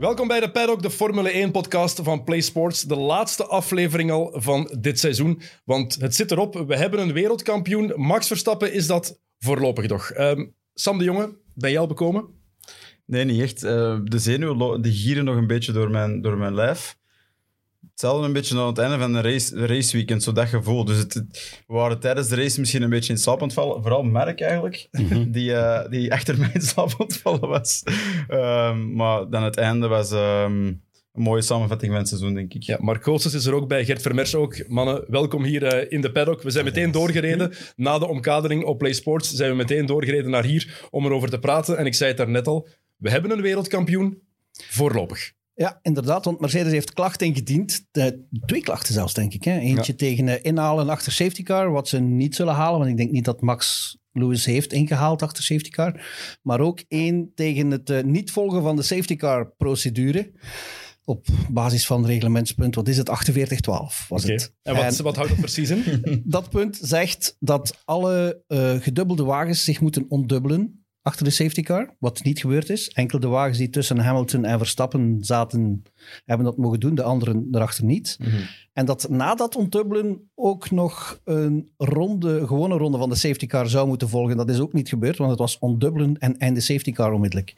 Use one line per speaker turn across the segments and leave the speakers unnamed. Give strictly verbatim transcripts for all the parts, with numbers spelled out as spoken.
Welkom bij de Paddock, de Formule één-podcast van Play Sports. De laatste aflevering al van dit seizoen, want het zit erop. We hebben een wereldkampioen. Max Verstappen is dat voorlopig toch. Um, Sam de Jonge, ben jij al bekomen?
Nee, niet echt. Uh, de zenuwen die gieren nog een beetje door mijn, door mijn lijf. Hetzelfde een beetje aan het einde van de, race, de raceweekend, zo dat gevoel. Dus het, het, we waren tijdens de race misschien een beetje in slaap aan het vallen. Vooral Merck eigenlijk, mm-hmm. die, uh, die achter mij in slaap aan het vallen was. Um, maar dan het einde was um, een mooie samenvatting van het seizoen, denk ik.
Ja, Mark Goossens is er ook bij, Gert Vermers ook. Mannen, welkom hier uh, in de Paddock. We zijn meteen doorgereden. Na de omkadering op Play Sports zijn we meteen doorgereden naar hier om erover te praten. En ik zei het daarnet al, we hebben een wereldkampioen voorlopig.
Ja, inderdaad, want Mercedes heeft klachten ingediend. De, twee klachten zelfs, denk ik. Hè? Eentje ja. tegen uh, inhalen achter safety car, wat ze niet zullen halen, want ik denk niet dat Max Lewis heeft ingehaald achter safety car. Maar ook één tegen het uh, niet volgen van de safety car procedure. Op basis van reglementspunt, wat is het? achtenveertig twaalf was okay. het.
En wat, en wat houdt dat precies in?
Dat punt zegt dat alle uh, gedubbelde wagens zich moeten ontdubbelen achter de safety car, wat niet gebeurd is. Enkel de wagens die tussen Hamilton en Verstappen zaten, hebben dat mogen doen, de anderen erachter niet. Mm-hmm. En dat na dat ontdubbelen ook nog een ronde, gewone ronde van de safety car zou moeten volgen. Dat is ook niet gebeurd, want het was ontdubbelen en, en de safety car onmiddellijk.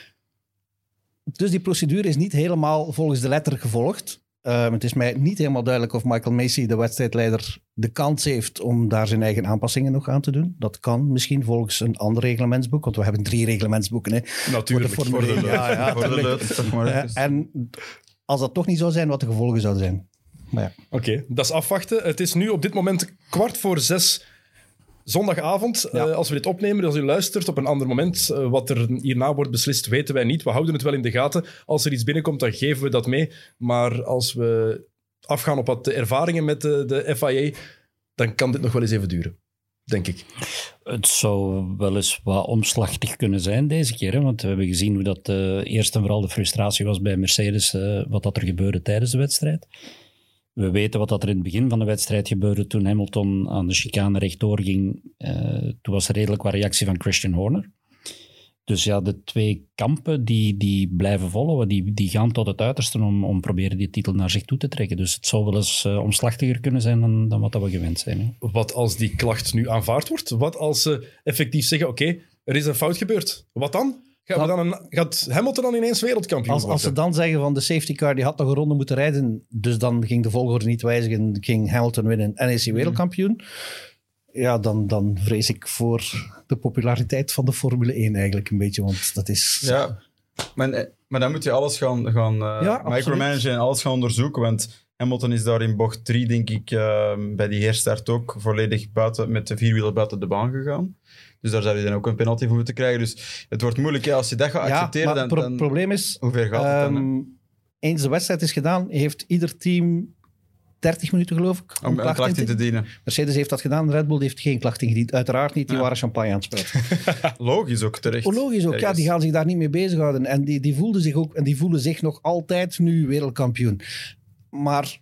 Dus die procedure is niet helemaal volgens de letter gevolgd. Uh, het is mij niet helemaal duidelijk of Michael Macy, de wedstrijdleider, de kans heeft om daar zijn eigen aanpassingen nog aan te doen. Dat kan misschien volgens een ander reglementsboek, want we hebben drie reglementsboeken. Hè,
Natuurlijk, voor de
Formule één. Ja, ja,
voor de leut.
Uh, en als dat toch niet zou zijn, wat de gevolgen zouden zijn. Ja.
Oké, okay, dat is afwachten. Het is nu op dit moment kwart voor zes zondagavond. Ja. Uh, als we dit opnemen, als u luistert op een ander moment, uh, wat er hierna wordt beslist, weten wij niet. We houden het wel in de gaten. Als er iets binnenkomt, dan geven we dat mee. Maar als we afgaan op wat ervaringen met de, de F I A, dan kan dit nog wel eens even duren, denk ik.
Het zou wel eens wat omslachtig kunnen zijn deze keer, hè? Want we hebben gezien hoe dat uh, eerst en vooral de frustratie was bij Mercedes, uh, wat dat er gebeurde tijdens de wedstrijd. We weten wat er in het begin van de wedstrijd gebeurde toen Hamilton aan de chicane rechtdoor ging. Uh, toen was er redelijk wat reactie van Christian Horner. Dus ja, de twee kampen die, die blijven volgen, die, die gaan tot het uiterste om, om proberen die titel naar zich toe te trekken. Dus het zou wel eens uh, omslachtiger kunnen zijn dan, dan wat dat we gewend zijn. Hè.
Wat als die klacht nu aanvaard wordt? Wat als ze effectief zeggen, oké, okay, er is een fout gebeurd. Wat dan? Gaan we dan een, gaat Hamilton dan ineens wereldkampioen
als, als ze dan zeggen van de safety car die had nog een ronde moeten rijden, dus dan ging de volgorde niet wijzigen, ging Hamilton winnen en is hij wereldkampioen. Mm. Ja, dan, dan vrees ik voor de populariteit van de Formule één eigenlijk een beetje, want dat is...
Ja, maar, maar dan moet je alles gaan, gaan uh, ja, micromanagen en alles gaan onderzoeken, want Hamilton is daar in bocht drie, denk ik, uh, bij die herstart ook volledig buiten, met de vierwieler buiten de baan gegaan. Dus daar zou je dan ook een penalty voor moeten krijgen. Dus het wordt moeilijk, hè. Als je dat gaat
ja,
accepteren,
maar
dan...
Het pro-
dan,
probleem is,
hoe ver gaat het dan?
Um, eens de wedstrijd is gedaan, heeft ieder team dertig minuten, geloof ik,
om, om een klacht in te dienen.
Mercedes heeft dat gedaan, Red Bull heeft geen klacht ingediend. Uiteraard niet, die ja. waren champagne aan het spelen.
Logisch ook, terecht.
Oh, logisch ook, ja, die gaan zich daar niet mee bezighouden. En die, die voelden zich ook, en die voelen zich nog altijd nu wereldkampioen. Maar...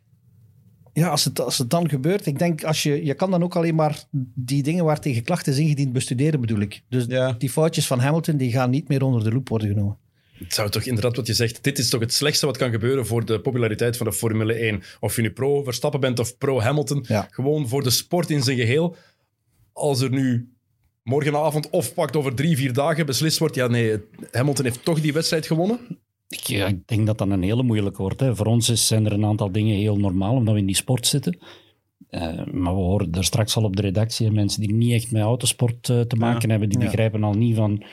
Ja, als het, als het dan gebeurt, ik denk, als je, je kan dan ook alleen maar die dingen waar tegen klachten is ingediend bestuderen, bedoel ik. Dus ja. die foutjes van Hamilton, die gaan niet meer onder de loep worden genomen.
Het zou toch inderdaad wat je zegt, dit is toch het slechtste wat kan gebeuren voor de populariteit van de Formule één. Of je nu pro Verstappen bent of pro Hamilton, ja. gewoon voor de sport in zijn geheel. Als er nu morgenavond of pakt over drie, vier dagen beslist wordt, ja nee, Hamilton heeft toch die wedstrijd gewonnen.
Ja, ik denk dat dat een hele moeilijke wordt. Hè. Voor ons is, zijn er een aantal dingen heel normaal, omdat we in die sport zitten. Uh, maar we horen er straks al op de redactie mensen die niet echt met autosport uh, te maken ja. hebben, die ja. begrijpen al niet van...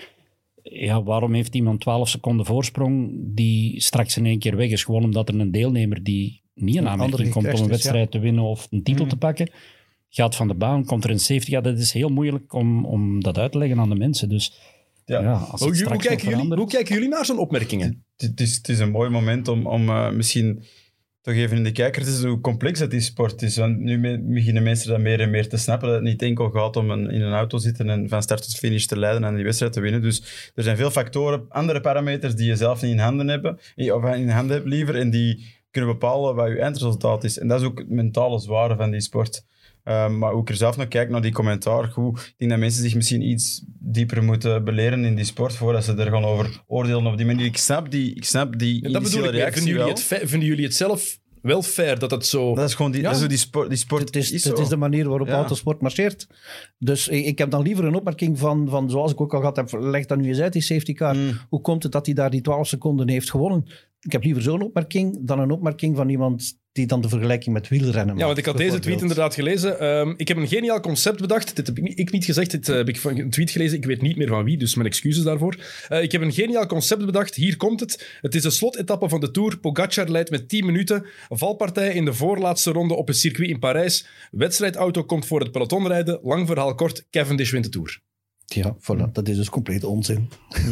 Ja, waarom heeft iemand twaalf seconden voorsprong die straks in één keer weg is? Gewoon omdat er een deelnemer die niet in aanmerking komt om een wedstrijd is, ja. te winnen of een titel mm. te pakken, gaat van de baan, komt er een safety. Ja, dat is heel moeilijk om, om dat uit te leggen aan de mensen. Dus... Ja. Ja, als
hoe, hoe, kijken jullie, hoe kijken jullie naar zo'n opmerkingen?
Het, het, is, het is een mooi moment om, om uh, misschien toch even in de kijker te zien hoe complex dat die sport is. Want nu me, beginnen mensen dat meer en meer te snappen, dat het niet enkel gaat om een, in een auto zitten en van start tot finish te leiden en die wedstrijd te winnen. Dus er zijn veel factoren, andere parameters die je zelf niet in handen hebt, of in handen hebt liever, en die kunnen bepalen wat je eindresultaat is. En dat is ook het mentale zware van die sport. Uh, maar hoe ik er zelf naar kijk, naar die commentaar, goed, ik denk dat mensen zich misschien iets dieper moeten beleren in die sport voordat ze er gaan over oordelen op die manier. Ik snap die, ik snap die
En dat bedoel ik,
reactie
vinden jullie,
wel.
het, fe- vinden jullie het zelf wel fair dat het zo...
Dat is gewoon die,
Ja.
dat is zo die sport. Die sport
Het is,
is
het
zo.
is de manier waarop
Ja.
autosport marcheert. Dus ik, ik heb dan liever een opmerking van, van, zoals ik ook al gehad heb, leg dat nu eens uit, die safety car.
Mm.
Hoe komt het dat hij daar die twaalf seconden heeft gewonnen? Ik heb liever zo'n opmerking dan een opmerking van iemand die dan de vergelijking met wielrennen maakt.
Ja, want ik had deze tweet
bijvoorbeeld.
inderdaad gelezen. Um, ik heb een geniaal concept bedacht. Dit heb ik niet, ik niet gezegd, dit uh, heb ik van een tweet gelezen. Ik weet niet meer van wie, dus mijn excuses daarvoor. Uh, ik heb een geniaal concept bedacht. Hier komt het. Het is de slotetappe van de Tour. Pogacar leidt met tien minuten. Valpartij in de voorlaatste ronde op een circuit in Parijs. Wedstrijdauto komt voor het peloton rijden. Lang verhaal kort, Cavendish wint de Tour.
Ja, voilà. Dat is dus compleet onzin.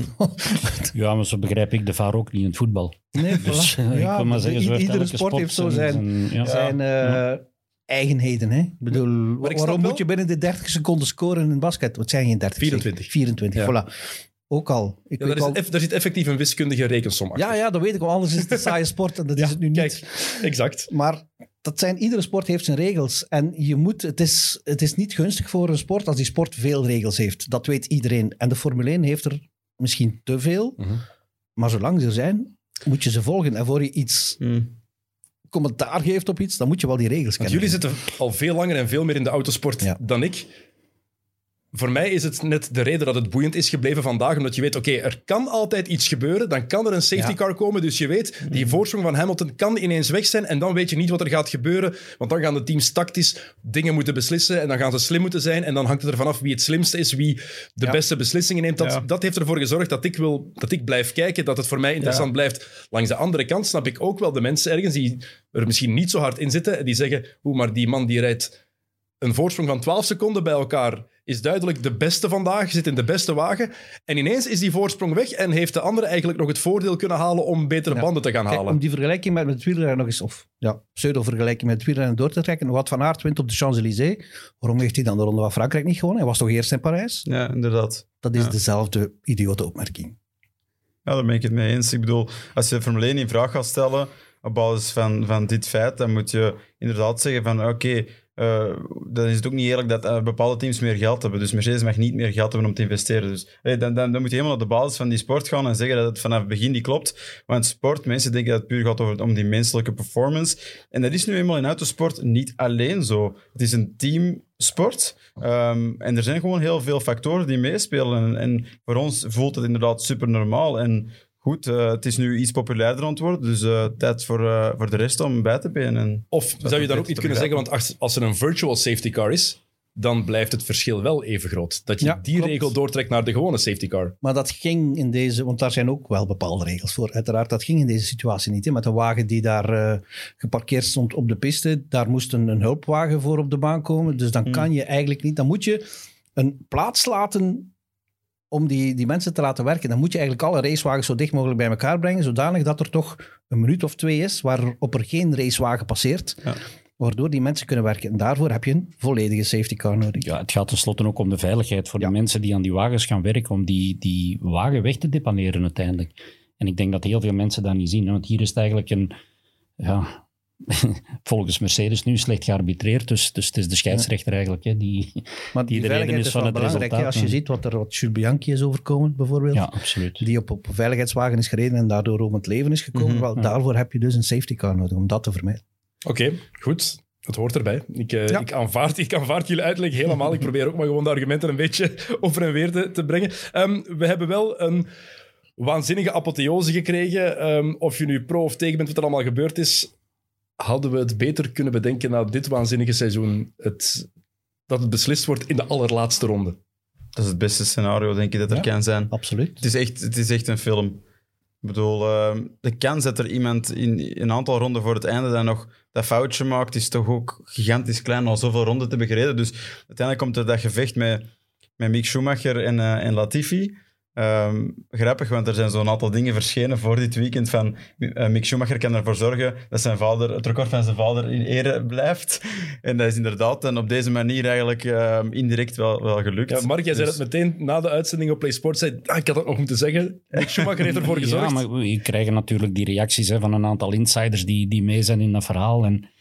Ja, maar zo begrijp ik de V A R ook niet in het voetbal.
Nee,
Dus
voilà.
eh, ik
Ja,
wil maar zeggen, zo heeft
iedere
elke
sport heeft zo zijn,
zijn- ja.
zijn eh,
Ja.
eigenheden. Hè? Ik bedoel,
Maar ik snap
waarom
wel-
moet je binnen de dertig seconden scoren in een basket? Wat zijn geen dertig?
vierentwintig.
vierentwintig,
Ja.
voilà. Ook al. Ik
Ja,
weet
daar,
al
is eff- daar zit effectief een wiskundige rekensom achter.
ja, ja, dat weet ik wel. Anders is het een saaie sport en dat
Ja,
is het nu niet.
Kijk, exact.
Maar dat zijn, iedere sport heeft zijn regels. En je moet, het, is, het is niet gunstig voor een sport als die sport veel regels heeft. Dat weet iedereen. En de Formule één heeft er misschien te veel.
Mhm.
Maar zolang ze er zijn, moet je ze volgen. En voor je iets
Mm.
commentaar geeft op iets, dan moet je wel die regels
Want
kennen.
jullie zitten al veel langer en veel meer in de autosport
Ja.
dan ik. Voor mij is het net de reden dat het boeiend is gebleven vandaag, omdat je weet, oké, er kan altijd iets gebeuren, dan kan er een safety
Ja.
car komen, dus je weet, die voorsprong van Hamilton kan ineens weg zijn en dan weet je niet wat er gaat gebeuren, want dan gaan de teams tactisch dingen moeten beslissen en dan gaan ze slim moeten zijn en dan hangt het ervan af wie het slimste is, wie de
Ja.
beste beslissingen neemt. Dat,
Ja.
dat heeft ervoor gezorgd dat ik, wil, dat ik blijf kijken, dat het voor mij interessant
Ja.
blijft. Langs de andere kant snap ik ook wel de mensen ergens die er misschien niet zo hard in zitten en die zeggen, hoe maar die man die rijdt een voorsprong van twaalf seconden bij elkaar, is duidelijk de beste vandaag, zit in de beste wagen. En ineens is die voorsprong weg en heeft de andere eigenlijk nog het voordeel kunnen halen om betere
Ja.
banden te gaan
Kijk,
halen.
om die vergelijking met, met het wielrennen nog eens, of ja, pseudo-vergelijking met het wielrennen door te trekken. Wat Van Aert wint op de Champs-Élysées, waarom heeft hij dan de Ronde van Frankrijk niet gewonnen? Hij was toch eerst in Parijs?
Ja, inderdaad.
Dat is
Ja.
dezelfde idiote opmerking.
Ja, daar ben ik het mee eens. Ik bedoel, als je de Formule één in vraag gaat stellen op basis van, van dit feit, dan moet je inderdaad zeggen van oké, okay, uh, dan is het ook niet eerlijk dat uh, bepaalde teams meer geld hebben. Dus Mercedes mag niet meer geld hebben om te investeren. Dus hey, dan, dan, dan moet je helemaal naar de basis van die sport gaan en zeggen dat het vanaf het begin niet klopt. Want sport, mensen denken dat het puur gaat over, om die menselijke performance. En dat is nu eenmaal in autosport niet alleen zo. Het is een teamsport. Um, en er zijn gewoon heel veel factoren die meespelen. En, en voor ons voelt het inderdaad super normaal. En goed, uh, het is nu iets populairder aan het worden. Dus uh, tijd voor, uh, voor de rest om bij te benen.
Of zou je dan ook niet kunnen zeggen, want als, als er een virtual safety car is, dan blijft het verschil wel even groot. Dat je
Ja,
die
klopt.
regel doortrekt naar de gewone safety car.
Maar dat ging in deze, want daar zijn ook wel bepaalde regels voor. Uiteraard, dat ging in deze situatie niet. Hè. Met een wagen die daar uh, geparkeerd stond op de piste, daar moest een, een hulpwagen voor op de baan komen. Dus dan
Hmm.
kan je eigenlijk niet, dan moet je een plaats laten om die, die mensen te laten werken. Dan moet je eigenlijk alle racewagens zo dicht mogelijk bij elkaar brengen, zodanig dat er toch een minuut of twee is waarop er geen racewagen passeert.
Ja.
Waardoor die mensen kunnen werken. En daarvoor heb je een volledige safety car nodig.
Ja, het gaat tenslotte ook om de veiligheid voor
Ja.
de mensen die aan die wagens gaan werken, om die, die wagen weg te depaneren uiteindelijk. En ik denk dat heel veel mensen dat niet zien. Hè? Want hier is het eigenlijk een, ja, volgens Mercedes nu slecht gearbitreerd. Dus, dus het is de scheidsrechter eigenlijk hè, die,
Maar
die
die
de reden
veiligheid
is
is
van
wel
het
belangrijk. Hè?
resultaat.
Als je ziet wat er wat Jules Bianchi is overkomen, bijvoorbeeld.
Ja, absoluut.
Die op, op een veiligheidswagen is gereden en daardoor om het leven is gekomen.
Mhm,
wel,
ja.
Daarvoor heb je dus een safety car nodig, om dat te vermijden.
Oké, goed. Het hoort erbij. Ik, uh,
Ja.
ik, aanvaard, ik aanvaard jullie uitleg helemaal. Ik probeer ook maar gewoon de argumenten een beetje over en weer te, te brengen. Um, we hebben wel een waanzinnige apotheose gekregen. Um, of je nu pro of tegen bent wat er allemaal gebeurd is, hadden we het beter kunnen bedenken na dit waanzinnige seizoen. Het, dat het beslist wordt in de allerlaatste ronde.
Dat is het beste scenario, denk ik, dat er
Ja.
kan zijn.
Absoluut.
Het is echt, het is echt een film. Ik bedoel, uh, de kans dat er iemand in een aantal ronden voor het einde dan nog dat foutje maakt, is toch ook gigantisch klein al zoveel ronden te hebben gereden. Dus uiteindelijk komt er dat gevecht met, met Mick Schumacher en, uh, en Latifi. Um, grappig, want er zijn zo'n aantal dingen verschenen voor dit weekend van uh, Mick Schumacher kan ervoor zorgen dat zijn vader, het record van zijn vader in ere blijft. En dat is inderdaad dan op deze manier eigenlijk uh, indirect wel, wel gelukt.
Ja, Mark, jij zei
Dus-
het meteen na de uitzending op PlaySport. Zei, ah, ik had dat nog moeten zeggen. Mick Schumacher heeft ervoor gezorgd.
Ja, maar we krijgen natuurlijk die reacties hè, van een aantal insiders die, die mee zijn in dat verhaal. En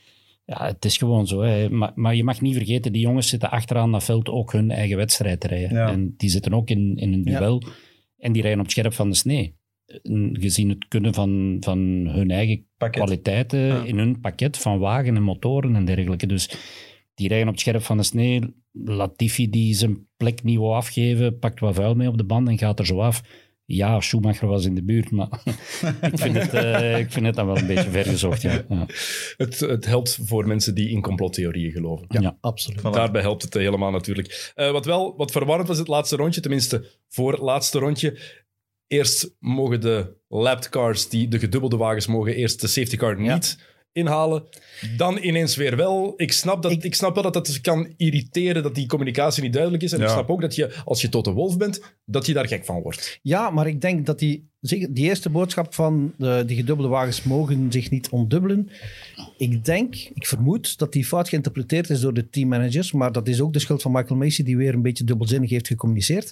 Ja, het is gewoon zo. Hè. Maar, maar je mag niet vergeten, die jongens zitten achteraan dat veld ook hun eigen wedstrijd te rijden.
Ja.
En die zitten ook in, in een duel. Ja. En die rijden op het scherp van de snee. Gezien het kunnen van, van hun eigen pakket. kwaliteiten ja. in hun pakket van wagen en motoren en dergelijke. Dus die rijden op het scherp van de snee. Latifi die zijn plek niet wil afgeven, pakt wat vuil mee op de band en gaat er zo af. Ja, Schumacher was in de buurt, maar ik, vind het, uh, ik vind het dan wel een beetje vergezocht. Ja. Ja.
Het, het helpt voor mensen die in complottheorieën geloven.
Ja, ja. absoluut.
Voilà. Daarbij helpt het helemaal natuurlijk. Uh, wat wel wat verwarrend was het laatste rondje, tenminste voor het laatste rondje. Eerst mogen de lapped cars, die de gedubbelde wagens mogen, eerst de safety car niet ja. inhalen. Dan ineens weer wel. Ik snap, dat, ik, ik snap wel dat dat kan irriteren, dat die communicatie niet duidelijk is. En ja. ik snap ook dat je, als je Toto Wolff bent, dat je daar gek van wordt.
Ja, maar ik denk dat die, die eerste boodschap van de, die gedubbelde wagens mogen zich niet ontdubbelen. Ik denk, ik vermoed dat die fout geïnterpreteerd is door de teammanagers, maar dat is ook de schuld van Michael Macy, die weer een beetje dubbelzinnig heeft gecommuniceerd.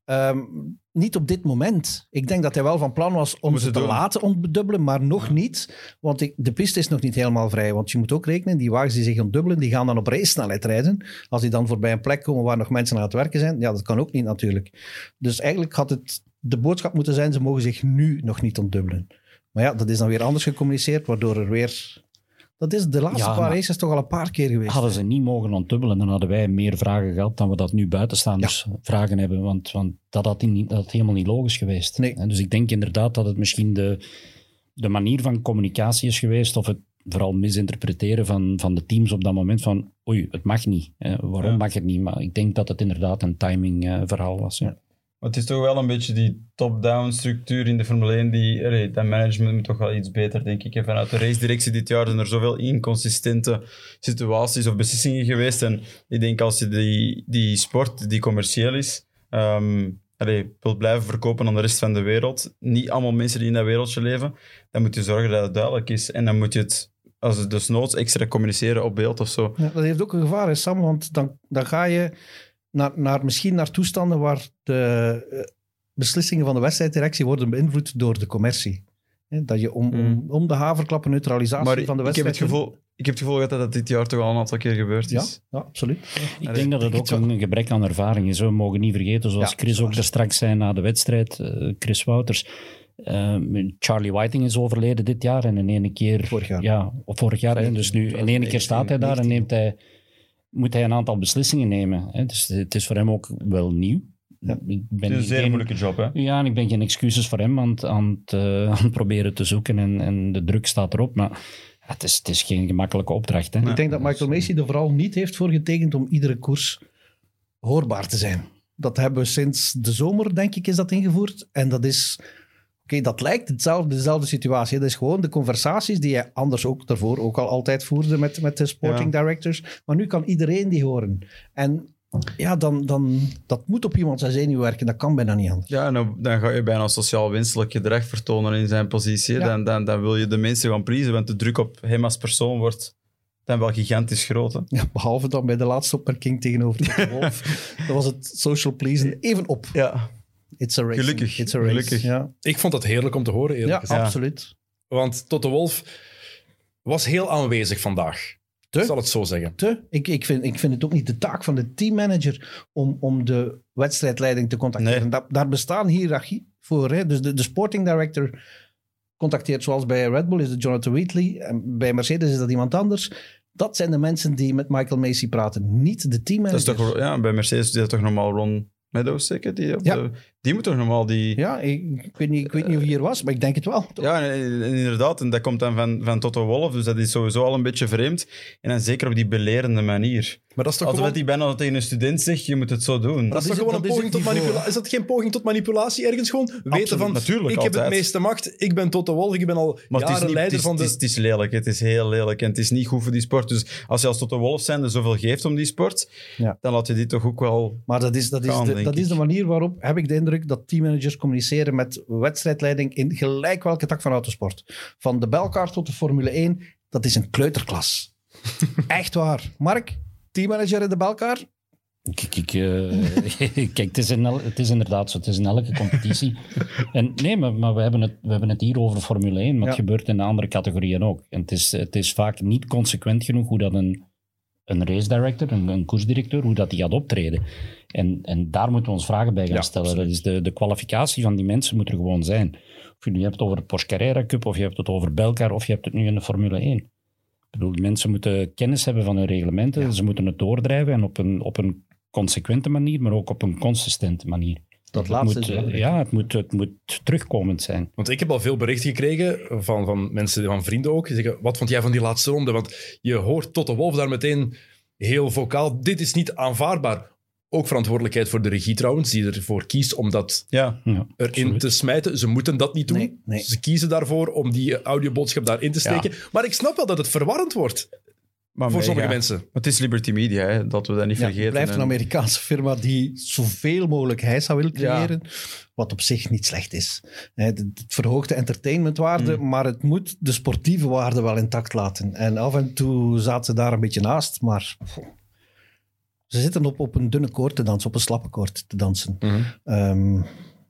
Um, niet op dit moment. Ik denk dat hij wel van plan was om ze te doen. laten ontdubbelen, maar nog ja. niet. Want ik, de piste is nog niet helemaal vrij. Want je moet ook rekenen, die wagens die zich ontdubbelen, die gaan dan op race-snelheid rijden. Als die dan voorbij een plek komen waar nog mensen aan het werken zijn, ja, dat kan ook niet natuurlijk. Dus eigenlijk had het de boodschap moeten zijn, ze mogen zich nu nog niet ontdubbelen. Maar ja, dat is dan weer anders gecommuniceerd, waardoor er weer... Dat is de laatste ja, paar races toch al een paar keer geweest.
Hadden ze niet mogen ontdubbelen, dan hadden wij meer vragen gehad dan we dat nu buitenstaanders ja. vragen hebben. Want, want dat had niet, dat had helemaal niet logisch geweest.
Nee.
En dus ik denk inderdaad dat het misschien de, de manier van communicatie is geweest, of het vooral misinterpreteren van, van de teams op dat moment van oei, het mag niet. Eh, waarom ja. mag het niet? Maar ik denk dat het inderdaad een timing uh, verhaal was. Ja.
Maar het is toch wel een beetje die top-down structuur in de Formule één. Die, allee, dat management moet toch wel iets beter, denk ik. En vanuit de race-directie dit jaar zijn er zoveel inconsistente situaties of beslissingen geweest. En ik denk als je die, die sport, die commercieel is, um, allee, wilt blijven verkopen aan de rest van de wereld, niet allemaal mensen die in dat wereldje leven, dan moet je zorgen dat het duidelijk is. En dan moet je het, als het dus noods, extra communiceren op beeld of zo.
Ja, dat heeft ook een gevaar, hè, Sam, want dan, dan ga je... Naar, naar, misschien naar toestanden waar de uh, beslissingen van de wedstrijddirectie worden beïnvloed door de commercie. He, dat je om, mm. om, om de haverklappen neutralisatie
maar
van de
wedstrijd...
Ik heb,
het gevoel, ik heb het gevoel dat dat dit jaar toch al een aantal keer gebeurd is.
Ja, ja absoluut. Ja.
Ik denk dat het ook een gebrek aan ervaring is. We mogen niet vergeten, zoals ja, Chris ook er straks zei na de wedstrijd, uh, Chris Wouters. Uh, Charlie Whiting is overleden dit jaar en in ene keer...
Vorig jaar.
Ja, of vorig jaar. Hè, dus nu in ene keer staat hij daar en neemt hij... moet hij een aantal beslissingen nemen. Hè? Dus het is voor hem ook wel nieuw.
Ja.
Ik ben
het is een zeer
geen,
moeilijke job, hè?
Ja, en ik ben geen excuses voor hem aan het, aan het, uh, aan het proberen te zoeken en, en de druk staat erop. Maar ja, het, is, het is geen gemakkelijke opdracht. Hè?
Ik denk dat Michael Macy er vooral niet heeft voor getekend om iedere koers hoorbaar te zijn. Dat hebben we sinds de zomer, denk ik, is dat ingevoerd. En dat is... Oké, okay, dat lijkt hetzelfde, dezelfde situatie. Dat is gewoon de conversaties die je anders ook daarvoor ook al altijd voerde met, met de sporting ja. directors. Maar nu kan iedereen die horen. En ja, dan, dan, dat moet op iemand zijn zenuw werken. Dat kan bijna niet anders.
Ja, en dan, dan ga je bijna sociaal winstelijk gedrag vertonen in zijn positie. Ja. Dan, dan, dan wil je de mensen gaan prijzen, want de druk op hem als persoon wordt dan wel gigantisch groot. Hè?
Ja, behalve dan bij de laatste opmerking tegenover de Wolf. Dat was het social pleasen even op.
Ja.
It's a race.
Gelukkig.
It's a race.
Gelukkig.
Ja.
Ik vond dat heerlijk om te horen, eerlijk
ja,
gezegd.
absoluut.
Want Toto Wolff was heel aanwezig vandaag.
Te?
Ik zal het zo zeggen.
Te? Ik, ik, vind, ik vind het ook niet de taak van de teammanager om, om de wedstrijdleiding te contacteren.
Nee.
Da, daar bestaan hiërarchie voor. Hè? Dus de, de sporting director contacteert, zoals bij Red Bull is het Jonathan Wheatley. En bij Mercedes is dat iemand anders. Dat zijn de mensen die met Michael Macy praten, niet de teammanager.
Dat is toch, ja, bij Mercedes is dat toch normaal Ron Meadows zeker? Die,
ja.
de, die moet toch normaal die...
Ja, ik, ik, weet niet, ik weet niet of hij hier was, maar ik denk het wel. Toch?
Ja, en, en inderdaad. En dat komt dan van, van Toto Wolff, dus dat is sowieso al een beetje vreemd. En dan zeker op die belerende manier.
Maar dat is toch
Alsof
gewoon...
hij bijna tegen een student zegt, je moet het zo doen.
Dat, dat is toch gewoon een poging tot manipulatie? Is dat geen poging tot manipulatie ergens gewoon? Weten
Absoluut,
van,
natuurlijk,
ik
altijd.
heb het meeste macht, ik ben Toto Wolff, ik ben al
maar
jaren
het is niet,
leider
het is,
van de...
Het is, het is lelijk, het is heel lelijk. En het is niet goed voor die sport. Dus als je als Toto Wolff zijnde zoveel geeft om die sport,
ja.
dan laat je die toch ook wel
Maar dat is, dat is,
gaan,
de, dat is de manier waarop, heb ik de indruk, dat teammanagers communiceren met wedstrijdleiding in gelijk welke tak van autosport. Van de belkaart tot de Formule één, dat is een kleuterklas. Echt waar. Mark, teammanager in de belkaar?
Kijk, kijk, uh, kijk het, is in el, het is inderdaad zo. Het is in elke competitie. En, nee, maar, maar we, hebben het, we hebben het hier over Formule één, maar ja. het gebeurt in de andere categorieën ook. En het is, het is vaak niet consequent genoeg hoe dat een, een race director, een, een koersdirecteur, hoe dat die gaat optreden. En, en daar moeten we ons vragen bij gaan ja, stellen. Dat is de, de kwalificatie van die mensen moet er gewoon zijn. Of je nu hebt over de Porsche Carrera Cup, of je hebt het over Belcar, of je hebt het nu in de Formule één. Ik bedoel, mensen moeten kennis hebben van hun reglementen, ja. ze moeten het doordrijven en op een, op een consequente manier, maar ook op een consistente manier.
Dat laatste
moet,
is wel.
Ja, het moet, het moet terugkomend zijn.
Want ik heb al veel berichten gekregen van, van mensen, van vrienden ook, die zeggen, wat vond jij van die laatste ronde? Want je hoort Toto Wolff daar meteen heel vocaal, dit is niet aanvaardbaar. Ook verantwoordelijkheid voor de regie trouwens, die ervoor kiest om dat
ja,
ja, erin absoluut. te smijten. Ze moeten dat niet doen.
Nee, nee.
Ze kiezen daarvoor om die audioboodschap daarin te steken. Ja. Maar ik snap wel dat het verwarrend wordt. Maar voor sommige ja. mensen.
Het is Liberty Media, hè, dat we dat niet ja, vergeten.
Het blijft een Amerikaanse firma die zoveel mogelijk heisa wil creëren, ja. wat op zich niet slecht is. Het verhoogt de entertainmentwaarde, mm. maar het moet de sportieve waarde wel intact laten. En af en toe zaten ze daar een beetje naast, maar... Ze zitten op, op een dunne koord te dansen, op een slappe koord te dansen. Mm-hmm. Um,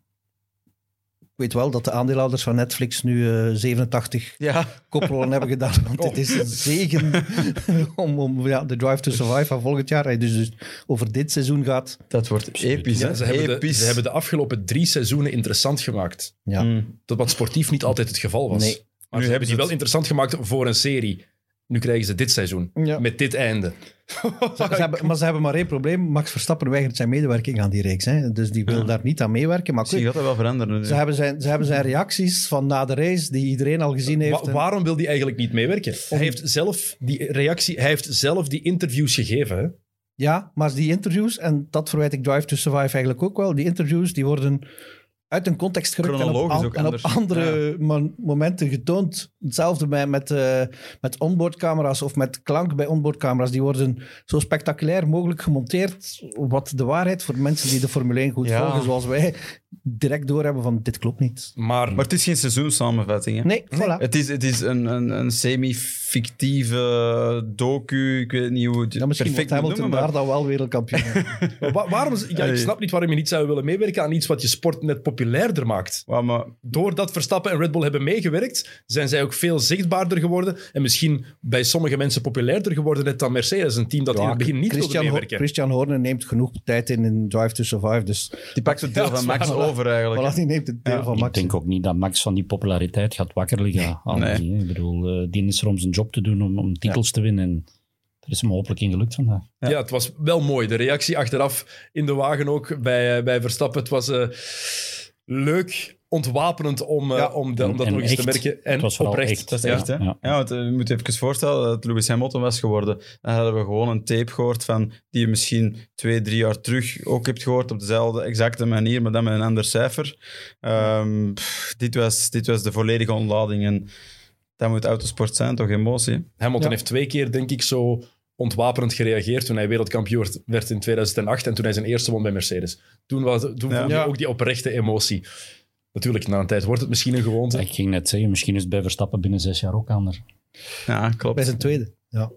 ik weet wel dat de aandeelhouders van Netflix nu uh, zevenentachtig ja. koprollen hebben gedaan. Want oh. het is een zegen om, om ja, de Drive to Survive van volgend jaar. Dus, dus over dit seizoen gaat...
Dat wordt episch. Ja,
ze, hebben de, ze hebben de afgelopen drie seizoenen interessant gemaakt.
Ja.
Mm. Dat wat sportief niet altijd het geval was. Nee. Maar nu ze hebben die het... wel interessant gemaakt voor een serie. Nu krijgen ze dit seizoen. Ja. Met dit einde.
ze, ze hebben, maar ze hebben maar één probleem. Max Verstappen weigert zijn medewerking aan die reeks. Hè. Dus die wil ja. daar niet aan meewerken. Maar
Zie, gaat dat wel veranderen.
Ze hebben, zijn, ze hebben zijn reacties van na de race, die iedereen al gezien heeft.
Wa- waarom wil hij eigenlijk niet meewerken? Hij heeft zelf die reactie, hij heeft zelf die interviews gegeven. Hè?
Ja, maar die interviews, en dat verwijt ik Drive to Survive eigenlijk ook wel, die interviews die worden... uit een context gerukt en op, an- en op andere ja. man- momenten getoond. Hetzelfde bij, met, uh, met onboardcamera's of met klank bij onboardcamera's. Die worden zo spectaculair mogelijk gemonteerd, wat de waarheid voor mensen die de Formule één goed ja. volgen, zoals wij, direct doorhebben van dit klopt niet.
Maar, maar het is geen seizoenssamenvatting. Hè?
Nee, voilà.
Het is, het is een, een, een semi-fictieve docu. Ik weet niet hoe het
ja, misschien
perfect
wordt Hamilton
noemen,
daar dan wel wereldkampioen.
Wa- waarom, ja, ik snap niet waarom je niet zou willen meewerken aan iets wat je sport net populairder maakt.
Ja, maar...
Doordat Verstappen en Red Bull hebben meegewerkt, zijn zij ook veel zichtbaarder geworden en misschien bij sommige mensen populairder geworden net dan Mercedes, een team dat ja, in het begin niet
Christian
wilde meewerken.
Ho- Christian Horner neemt genoeg tijd in in Drive to Survive, dus...
Die pakt het deel ja, van Max waar, over eigenlijk.
Voilà, die neemt het deel ja, van Max.
Ik denk ook niet dat Max van die populariteit gaat wakker liggen. Nee. Nee. Die, ik bedoel, uh, die is er om zijn job te doen, om, om titels ja. te winnen. En er is hem hopelijk in gelukt vandaag.
Ja. ja, het was wel mooi. De reactie achteraf in de wagen ook bij, bij Verstappen. Het was uh, leuk, ontwapenend om, uh, ja. om, de, om dat en, nog eens echt. te merken. En
het was
oprecht.
Echt.
Dat is echt, ja. hè? Ja, ja want, uh, je moet even voorstellen dat Lewis Hamilton was geworden. Dan hadden we gewoon een tape gehoord van die je misschien twee, drie jaar terug ook hebt gehoord op dezelfde exacte manier, maar dan met een ander cijfer. Um, pff, dit, was, dit was de volledige ontlading en dat moet autosport zijn, toch emotie?
Hamilton
ja.
heeft twee keer, denk ik, zo ontwapenend gereageerd toen hij wereldkampioen werd in tweeduizend acht en toen hij zijn eerste won bij Mercedes. Toen, was, toen ja. vond je ook die oprechte emotie. Natuurlijk, na een tijd wordt het misschien een gewoonte.
Ik ging net zeggen, misschien is het bij Verstappen binnen zes jaar ook anders.
Ja, klopt.
Bij zijn tweede. Ja.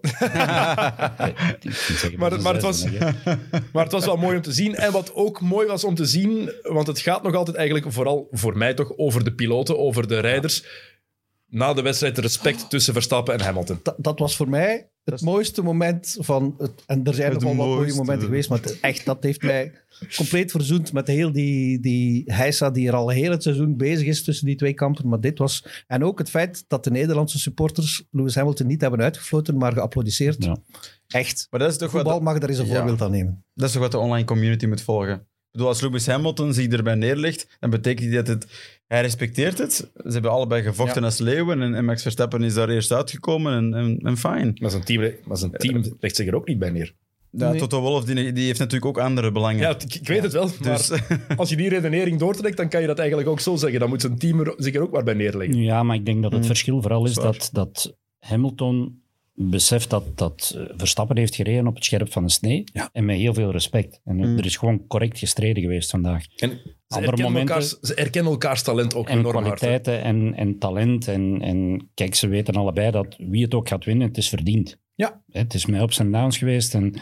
maar, maar, het was, maar het was wel mooi om te zien. En wat ook mooi was om te zien, want het gaat nog altijd eigenlijk, vooral voor mij toch, over de piloten, over de rijders. Na de wedstrijd respect tussen Verstappen en Hamilton.
Dat, dat was voor mij het is... mooiste moment van... Het, en er zijn nog wel wat mooie momenten geweest, maar het, echt, dat heeft mij compleet verzoend met heel die, die heisa die er al heel het seizoen bezig is tussen die twee kampen. Maar dit was... En ook het feit dat de Nederlandse supporters Lewis Hamilton niet hebben uitgefloten, maar geapplaudisseerd. Ja. Echt. Maar dat is toch Voetbal wat... mag daar eens een ja. voorbeeld aan nemen.
Dat is toch wat de online community moet volgen. Ik bedoel, als Lewis Hamilton zich erbij neerlegt, dan betekent dat het... Hij respecteert het. Ze hebben allebei gevochten ja. als leeuwen en, en Max Verstappen is daar eerst uitgekomen en, en, en fijn.
Maar zijn team, maar zijn team legt zich er ook niet bij neer.
Ja, nee. Toto Wolff die, die heeft natuurlijk ook andere belangen.
Ja, ik, ik weet ja. het wel, maar dus. Als je die redenering doortrekt, dan kan je dat eigenlijk ook zo zeggen. Dan moet zijn team er, zich er ook maar bij neerleggen.
Ja, maar ik denk dat het mm. verschil vooral is dat, dat Hamilton beseft dat, dat Verstappen heeft gereden op het scherp van de snee ja. en met heel veel respect. En mm. er is gewoon correct gestreden geweest vandaag. En
ze erkennen, momenten, elkaars, ze erkennen elkaars talent ook
en
enorm
kwaliteiten
hard.
En, en talent. En, en kijk, ze weten allebei dat wie het ook gaat winnen, het is verdiend.
Ja.
Het is mij ups en downs geweest en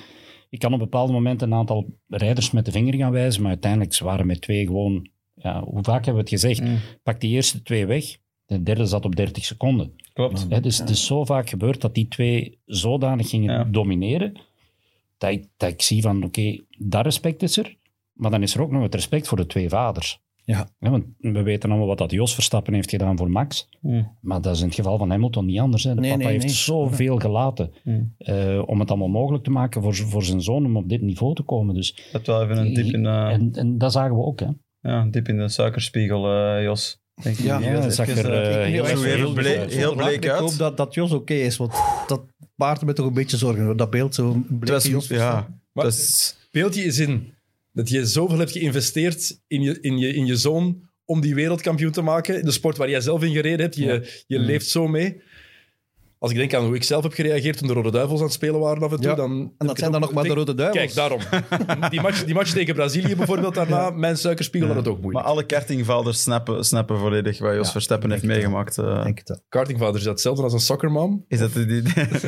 ik kan op bepaalde momenten een aantal rijders met de vinger gaan wijzen, maar uiteindelijk ze waren met twee gewoon... Ja, hoe vaak hebben we het gezegd?
Mm.
Pak die eerste twee weg. De derde zat op dertig seconden.
Klopt.
Hè, dus het is zo vaak gebeurd dat die twee zodanig gingen
Ja.
domineren, dat ik, dat ik zie van, oké, okay, dat respect is er, maar dan is er ook nog het respect voor de twee vaders.
Ja.
Ja, want we weten allemaal wat dat Jos Verstappen heeft gedaan voor Max,
Mm.
maar dat is in het geval van Hamilton niet anders. Hè. De
Nee,
papa
nee,
heeft
nee.
zoveel gelaten
Mm.
uh, om het allemaal mogelijk te maken voor, voor zijn zoon om op dit niveau te komen. Dus,
Dat wel even een dip in de,
en, en dat zagen we ook, hè.
ja, een dip in de suikerspiegel, uh, Jos. Denk ik.
Ja,
Die
ja,
was
dat zag
even,
er,
uh,
uh,
heel
zo
erg-
even
heel
bleek-
goed uit.
heel bleek
Ik hoop
uit.
dat, dat Jos oké is, want dat baart me toch een beetje zorgen. Dat beeld, zo'n
Het
bleke
was-
Jos.
ja,
Maar-
dat is...
Beeld je eens in dat je zoveel hebt geïnvesteerd in je, in je, in je zoon om die wereldkampioen te maken. De sport waar jij zelf in gereden hebt. Je, je
Mm.
leeft zo mee. Als ik denk aan hoe ik zelf heb gereageerd toen de Rode Duivels aan het spelen waren af en toe,
Ja,
dan...
En
heb
dat
ik
zijn
het
dan
ook-
nog maar de
denk-
Rode Duivels.
Kijk, daarom. Die match, die match tegen Brazilië bijvoorbeeld daarna, mijn suikerspiegel had het ook
Maar
moeilijk.
alle kartingvaders snappen, snappen volledig wat Jos
Ja,
Verstappen heeft
denk het wel.
meegemaakt. uh.
Denk het wel.
Kartingvader is dat hetzelfde als een soccermam.
Is dat die, die,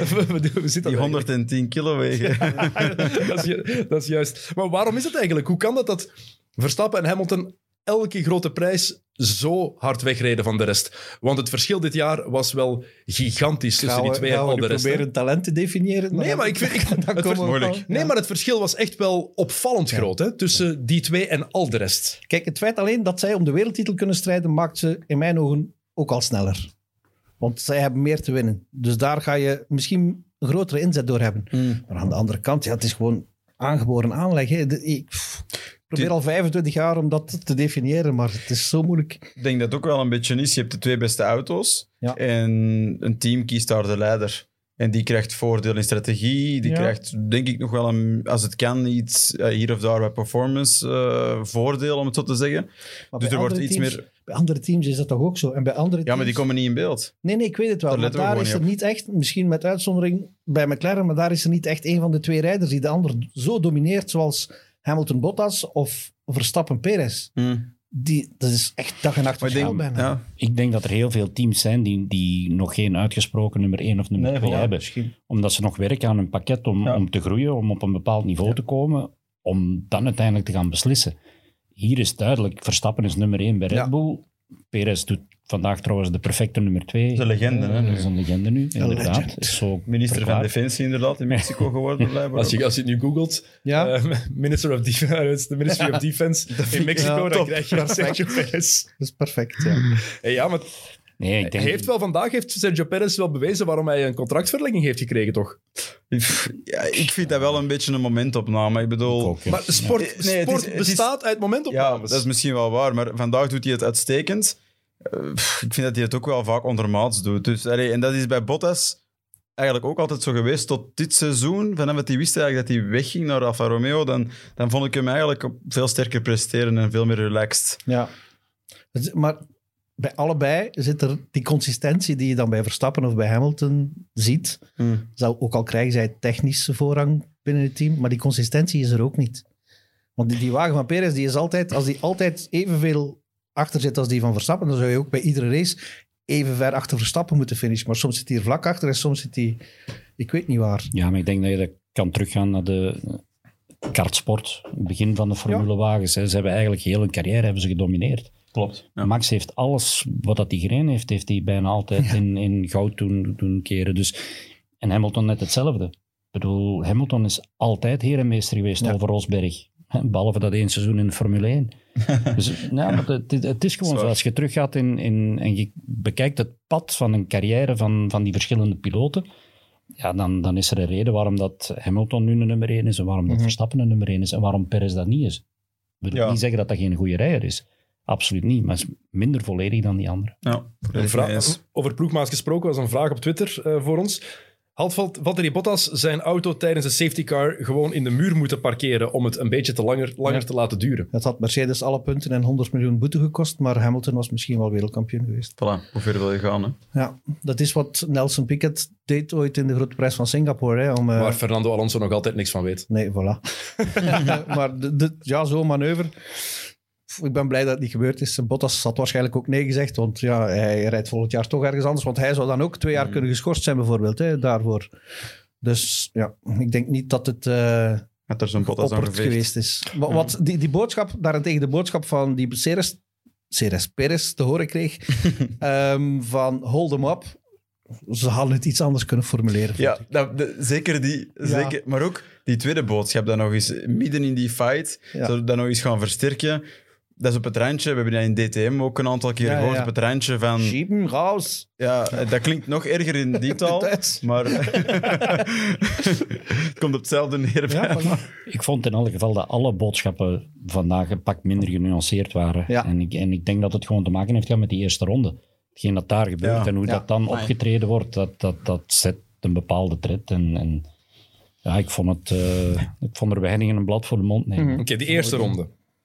Hoe zit dat
die honderdtien kilo wegen?
dat, is, ju- dat is juist. Maar waarom is het eigenlijk? Hoe kan dat dat Verstappen en Hamilton elke grote prijs zo hard wegreden van de rest? Want het verschil dit jaar was wel gigantisch tussen
Gaan
die
we,
twee en
gaan we
al
nu
de rest. hè?
proberen talent te definiëren?
Nee, maar ik vind... Ik,
Dan
het
komen
vers-
we
moeilijk.
wel-
nee,
ja.
maar het verschil was echt wel opvallend
Ja.
groot hè, tussen die twee en al de rest.
Kijk, het feit alleen dat zij om de wereldtitel kunnen strijden, maakt ze in mijn ogen ook al sneller. Want zij hebben meer te winnen. Dus daar ga je misschien een grotere inzet door hebben.
Mm.
Maar aan de andere kant, ja, het is gewoon aangeboren aanleg. Hè. De- ik pff, ik probeer al vijfentwintig jaar om dat te definiëren, maar het is zo moeilijk.
Ik denk dat het ook wel een beetje is. Je hebt de twee beste auto's
Ja.
en een team kiest daar de leider. En die krijgt voordeel in strategie. Die
Ja.
krijgt, denk ik, nog wel, een, als het kan, iets uh, hier of daar bij performance uh, voordeel, om het zo te zeggen.
Maar
Dus
bij
er wordt
andere
iets
teams-
meer...
Bij andere teams is dat toch ook zo? En bij andere
Ja, maar die
teams-
komen niet in beeld.
Nee, nee, ik weet het wel.
Daar
Maar
letten we
daar
gewoon
is er
niet
niet echt, misschien met uitzondering bij McLaren, maar daar is er niet echt een van de twee rijders die de ander zo domineert zoals Hamilton Bottas of Verstappen Perez. Die, dat is echt dag en nacht
Maar ik
verschil
denk,
bijna.
ja,
Ik denk dat er heel veel teams zijn die, die nog geen uitgesproken nummer één of nummer
Nee,
twee
voilà,
hebben.
Misschien.
Omdat ze nog werken aan hun pakket om,
Ja.
om te groeien, om op een bepaald niveau
Ja.
te komen, om dan uiteindelijk te gaan beslissen. Hier is duidelijk, Verstappen is nummer één bij Red
Ja.
Bull. Perez doet vandaag trouwens de perfecte nummer twee.
Dat is een legende, hè,
Eh,
nu.
Dat is een legende nu, inderdaad.
legend.
Is zo
minister van
verklaard.
Defensie inderdaad, in Mexico geworden blijkbaar.
Als je, als je het nu googelt,
Ja,
eh, Minister of Defense, de Ministry of Defense in Mexico,
Ja,
dan
top.
krijg je daar Sergio Perez.
dat is perfect. Ja.
Hey, ja, maar
Nee, ik
hij
denk,
heeft wel, vandaag heeft Sergio Perez wel bewezen waarom hij een contractverlenging heeft gekregen, toch?
Ja, ik vind dat wel een beetje een momentopname. Ik bedoel...
ook, ja.
Maar sport,
Nee, het is-
sport
het is-
bestaat uit
Ja,
momentopnames.
dat is misschien wel waar, maar vandaag doet hij het uitstekend. Uh, pff, ik vind dat hij het ook wel vaak ondermaats doet. Dus, allee, en dat is bij Bottas eigenlijk ook altijd zo geweest tot dit seizoen. Vanaf dat hij wist eigenlijk dat hij wegging naar Alfa Romeo, dan, dan vond ik hem eigenlijk op veel sterker presteren en veel meer relaxed.
Ja. Het is- Maar bij allebei zit er die consistentie die je dan bij Verstappen of bij Hamilton ziet. Zou ook al krijgen zij technische voorrang binnen het team, maar die consistentie is er ook niet. Want die, die wagen van Perez, die is altijd, als die altijd evenveel achter zit als die van Verstappen, dan zou je ook bij iedere race even ver achter Verstappen moeten finishen. Maar soms zit hij er vlak achter en soms zit hij... Ik weet niet waar.
ja, maar ik denk dat je dat kan teruggaan naar de kartsport. Het begin van de formulewagens. Hè. Ze hebben eigenlijk heel hun carrière hebben ze gedomineerd.
Klopt. Ja.
Max heeft alles wat dat hij gereden heeft, heeft hij bijna altijd in, in goud doen, doen keren. Dus, en Hamilton net hetzelfde. Ik bedoel, Hamilton is altijd heer en meester geweest
Ja.
over Rosberg. Hè, behalve dat één seizoen in de Formule één. Dus ja, maar het, het- het is gewoon
Zwaar.
zo. Als je teruggaat in, in, en je bekijkt het pad van een carrière van, van die verschillende piloten, ja, dan, dan is er een reden waarom dat Hamilton nu een nummer één is en waarom dat
Mhm.
Verstappen een nummer één is en waarom Perez dat niet is. Ik wil
Ja.
niet zeggen dat dat geen goede rijder is. Absoluut niet, maar is minder volledig dan die andere.
Ja,
Een
volledig
vraag-
mee eens.
over ploegmaats gesproken, was een vraag op Twitter eh, voor ons. Had Valt- Valtteri Bottas zijn auto tijdens de safety car gewoon in de muur moeten parkeren om het een beetje te langer, langer
Ja.
te laten duren?
Dat had Mercedes alle punten en honderd miljoen boete gekost, maar Hamilton was misschien wel wereldkampioen geweest.
Voilà, hoe ver wil je gaan? Hè?
Ja, dat is wat Nelson Piquet deed ooit in de Grote Prijs van Singapore. Hè, om, eh,
Waar Fernando Alonso nog altijd niks van weet.
Nee, voilà. maar de, de- ja, zo'n manoeuvre. Pff, Ik ben blij dat het niet gebeurd is. Bottas had waarschijnlijk ook nee gezegd, want ja, hij rijdt volgend jaar toch ergens anders. Want hij zou dan ook twee jaar kunnen geschorst zijn, bijvoorbeeld, hè, daarvoor. Dus ja, ik denk niet dat het, eh,
Dat er zo'n pot als
opperd geweest is. Wat, wat die, die boodschap, daarentegen de boodschap van die Ceres, Ceres Perez te horen kreeg, um, van hold them up. Ze hadden het iets anders kunnen formuleren.
Ja, dat, de, zeker die.
Ja.
Zeker, maar ook die tweede boodschap, dat nog eens midden in die fight,
Ja.
zo dat nog eens gaan versterken. Dat is op het randje, we hebben dat in D T M ook een aantal keer
Ja,
gehoord,
ja.
op het randje van...
Schieben, raus.
Ja, dat klinkt nog erger in die taal,
Duits.
maar het komt op hetzelfde neer. bij
Ja,
hem.
voilà.
Ik vond in elk geval dat alle boodschappen vandaag een pak minder genuanceerd waren.
Ja.
En, ik, en ik denk dat het gewoon te maken heeft gehad met die eerste ronde. Hetgeen dat daar gebeurt
Ja.
en hoe
Ja.
dat dan
Amai.
opgetreden wordt, dat, dat, dat zet een bepaalde tred. En, en ja, ik vond, het, uh, ik vond er weinig een blad voor de mond nemen.
Mhm.
Oké, die eerste ronde.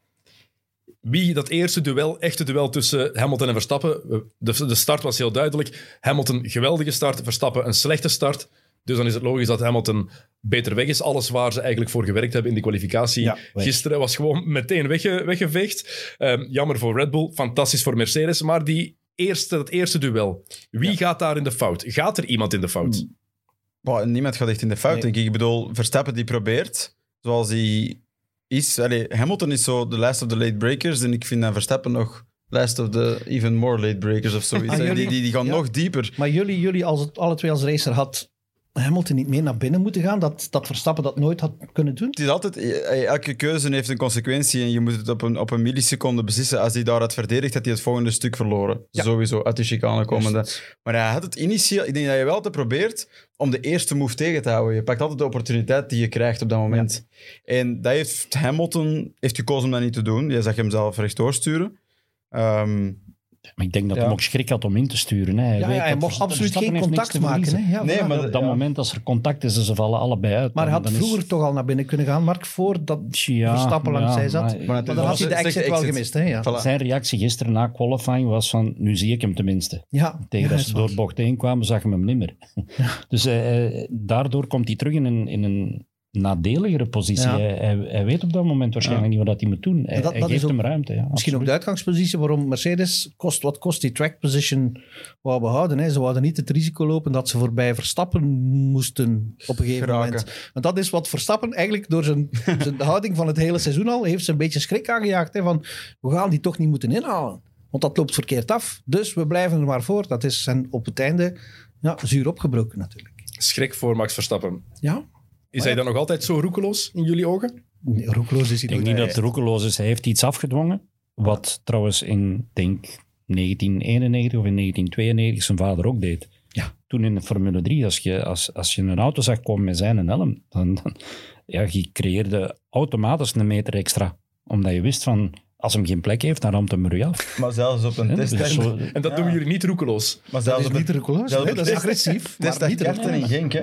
Wie dat eerste duel, echte duel tussen Hamilton en Verstappen, de, de start was heel duidelijk. Hamilton, geweldige start. Verstappen, een slechte start. Dus dan is het logisch dat Hamilton beter weg is. Alles waar ze eigenlijk voor gewerkt hebben in de kwalificatie
Ja, weg.
gisteren was gewoon meteen wegge, weggeveegd. Um, jammer voor Red Bull, fantastisch voor Mercedes. Maar die eerste, dat eerste duel, wie gaat daar in de fout? Gaat er iemand in de fout?
Wow, niemand gaat echt in de fout,
Nee.
denk ik. Ik bedoel, Verstappen die probeert, zoals hij is. Allee, Hamilton is zo de last of the late breakers en ik vind dat Verstappen nog last of the even more late breakers of zoiets.
Ah,
hè.
jullie-
die, die, die gaan
ja.
nog dieper.
Maar jullie, jullie als het, alle twee als racer, had Hamilton niet meer naar binnen moeten gaan? Dat, dat Verstappen dat nooit had kunnen doen?
Het is altijd, eh, elke keuze heeft een consequentie en je moet het op een, op een milliseconde beslissen. Als hij daar had verdedigd, had hij het volgende stuk verloren.
Ja.
Sowieso, uit de chicane komende. Maar hij had het initieel... Ik denk dat je wel te probeert om de eerste move tegen te houden. Je pakt altijd de opportuniteit die je krijgt op dat moment. En dat heeft Hamilton heeft gekozen om dat niet te doen. Je zag hem zelf rechtdoor sturen. Ehm,
Maar ik denk dat
Ja.
hij ook schrik had om in te sturen. Hè. Hij
Ja,
weet
ja, hij
dat
mocht
Verstappen-
absoluut
Verstappen
geen
heeft niks
contact
te
maken.
verliezen.
Hè? Ja,
Nee,
voilà.
maar
Op dat
Ja.
moment, als er contact is en ze vallen allebei uit.
Maar hij
dan-
had
dan is-
vroeger toch al naar binnen kunnen gaan, Mark, voordat
Ja,
Verstappen langs
ja,
zij zat.
maar-
Maar
Maar dan had hij de
Slechte
exit wel
exit.
gemist. Hè? Ja.
Voilà.
Zijn reactie gisteren na qualifying was van, nu zie ik hem tenminste.
Ja,
Tegen
ja,
dat
is
ze
waar.
door bocht heen kwamen, zag hem hem niet meer. Dus eh, daardoor komt hij terug in een, in een nadeligere positie.
Ja.
Hij, hij, hij weet op dat moment waarschijnlijk niet wat hij moet doen. Hij,
dat-
hij
dat
geeft
is ook
hem ruimte. Ja,
Misschien ook
absoluut.
de uitgangspositie waarom Mercedes kost wat kost die track position wou behouden. Hè. Ze wouden niet het risico lopen dat ze voorbij Verstappen moesten op een gegeven
Geraken.
moment. Want dat is wat Verstappen eigenlijk door zijn, zijn houding van het hele seizoen al heeft ze een beetje schrik aangejaagd. Hè, van, we gaan die toch niet moeten inhalen. Want dat loopt verkeerd af. Dus we blijven er maar voor. Dat is hen op het einde ja, zuur opgebroken natuurlijk.
Schrik voor Max Verstappen.
Ja,
Is hij dan nog altijd zo roekeloos in jullie ogen?
nee, roekloos is hij
Ik denk
nooit.
niet dat het roekeloos is. Hij heeft iets afgedwongen. Wat trouwens in, denk negentien eenennegentig of in negentien tweeënnegentig zijn vader ook deed.
Ja.
Toen in de Formule drie, als je, als, als je een auto zag komen met zijn helm, dan, dan ja, je creëerde automatisch een meter extra. Omdat je wist van, als hem geen plek heeft, dan ramt hem er af.
maar zelfs op een
Hè?
test...
Dus zo-
En dat
Ja.
doen jullie niet roekeloos.
maar
Dat
zelfs
is
op
niet
een
roekeloos.
zelfs
hè.
op
Dat is
test-
agressief.
test
maar niet
karten in
roekeloos.
Genk, hè.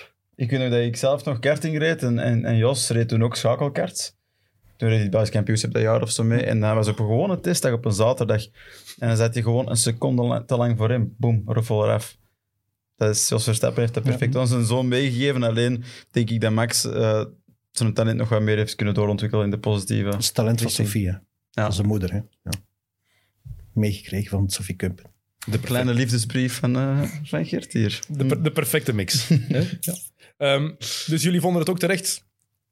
Ik weet nog dat ik zelf nog karting reed en, en, en Jos reed toen ook schakelkarts. Toen reed hij het Belgisch kampioenschap dat jaar of zo mee. En dat was op een gewone testdag op een zaterdag. En dan zat hij gewoon een seconde lang- te lang voor hem. Boom, roffel eraf. Dat is, Jos Verstappen heeft dat perfect aan zijn zoon meegegeven. Alleen denk ik dat Max uh, zijn talent nog wat meer heeft kunnen doorontwikkelen in de positieve.
Dat is het talent van
richting.
Sofie, hè.
Ja.
Van zijn moeder. Hè. Ja. Meegekregen van Sophie Kumpen.
De,
Kleine liefdesbrief van, uh, van Gert hier.
de, per- de perfecte mix. Hè? Ja. Ehm, dus jullie vonden het ook terecht,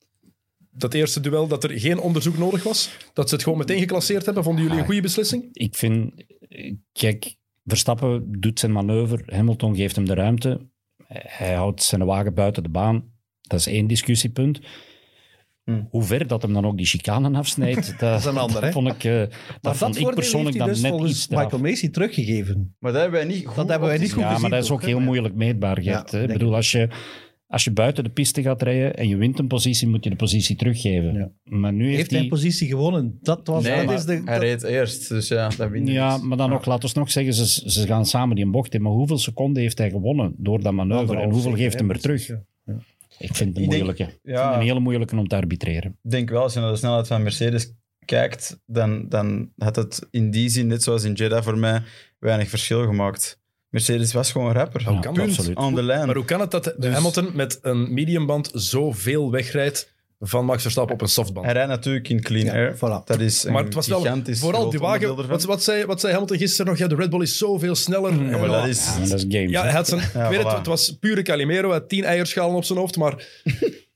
dat eerste duel, dat er geen onderzoek nodig was? Dat ze het gewoon meteen geclasseerd hebben? Vonden jullie een goede beslissing?
Ik vind, eh, kijk, Verstappen doet zijn manoeuvre, Hamilton geeft hem de ruimte, hij houdt zijn wagen buiten de baan. Dat is één discussiepunt.
Hmm.
Hoe ver dat hem dan ook die chicanen afsnijdt, dat,
is een ander,
dat
hè?
vond ik, uh, dat
Maar
vond
dat
ik
voordeel
persoonlijk
heeft hij
dan
dus
net
volgens
iets eraf.
Michael Macy teruggegeven.
Maar dat hebben wij niet goed
Dat hebben wij niet goed
Ja,
gezien.
maar dat is
toch,
ook
hè?
heel moeilijk meetbaar, Gert.
Ja,
hè. Ik
denk
bedoel, als je, als je buiten de piste gaat rijden en je wint een positie, moet je de positie teruggeven.
Ja.
Maar nu heeft,
Heeft hij een
hij...
positie gewonnen? Dat was
Nee,
dat
maar
is de,
hij
dat-
reed eerst, dus ja, dat wint
Ja,
niks.
maar dan nog, laten we nog zeggen, ze, ze gaan samen die bocht in. Maar hoeveel seconden heeft hij gewonnen door dat manoeuvre? En
Anderhalf
hoeveel
zeker,
geeft
hè,
hem er terug?
precies, ja.
Ik vind het een
Ik denk-
moeilijke. Ik
ja.
vind het een hele moeilijke om te arbitreren.
Ik denk wel, als je naar de snelheid van Mercedes kijkt, dan, dan had het in die zin, net zoals in Jeddah voor mij, weinig verschil gemaakt. Mercedes was gewoon rapper.
Hoe kan dat?
Punt,
Absoluut.
aan de lijn.
Maar hoe kan het dat de
Dus-
Hamilton met een mediumband zoveel wegrijdt van Max Verstappen op een softband?
Hij rijdt natuurlijk in clean
Ja,
air.
voilà.
Dat is een
Maar het was wel,
gigantisch
vooral
groot
die wagen,
onderdeel
wat,
ervan.
wat, zei, wat zei Hamilton gisteren nog? Ja, de Red Bull is zoveel sneller.
Ja, maar
En-
dat is...
Ja, maar dat is games.
Ja,
hè.
hij had zijn,
Ja,
ik weet het,
voilà.
het was pure Calimero, hij had tien eierschalen op zijn hoofd, maar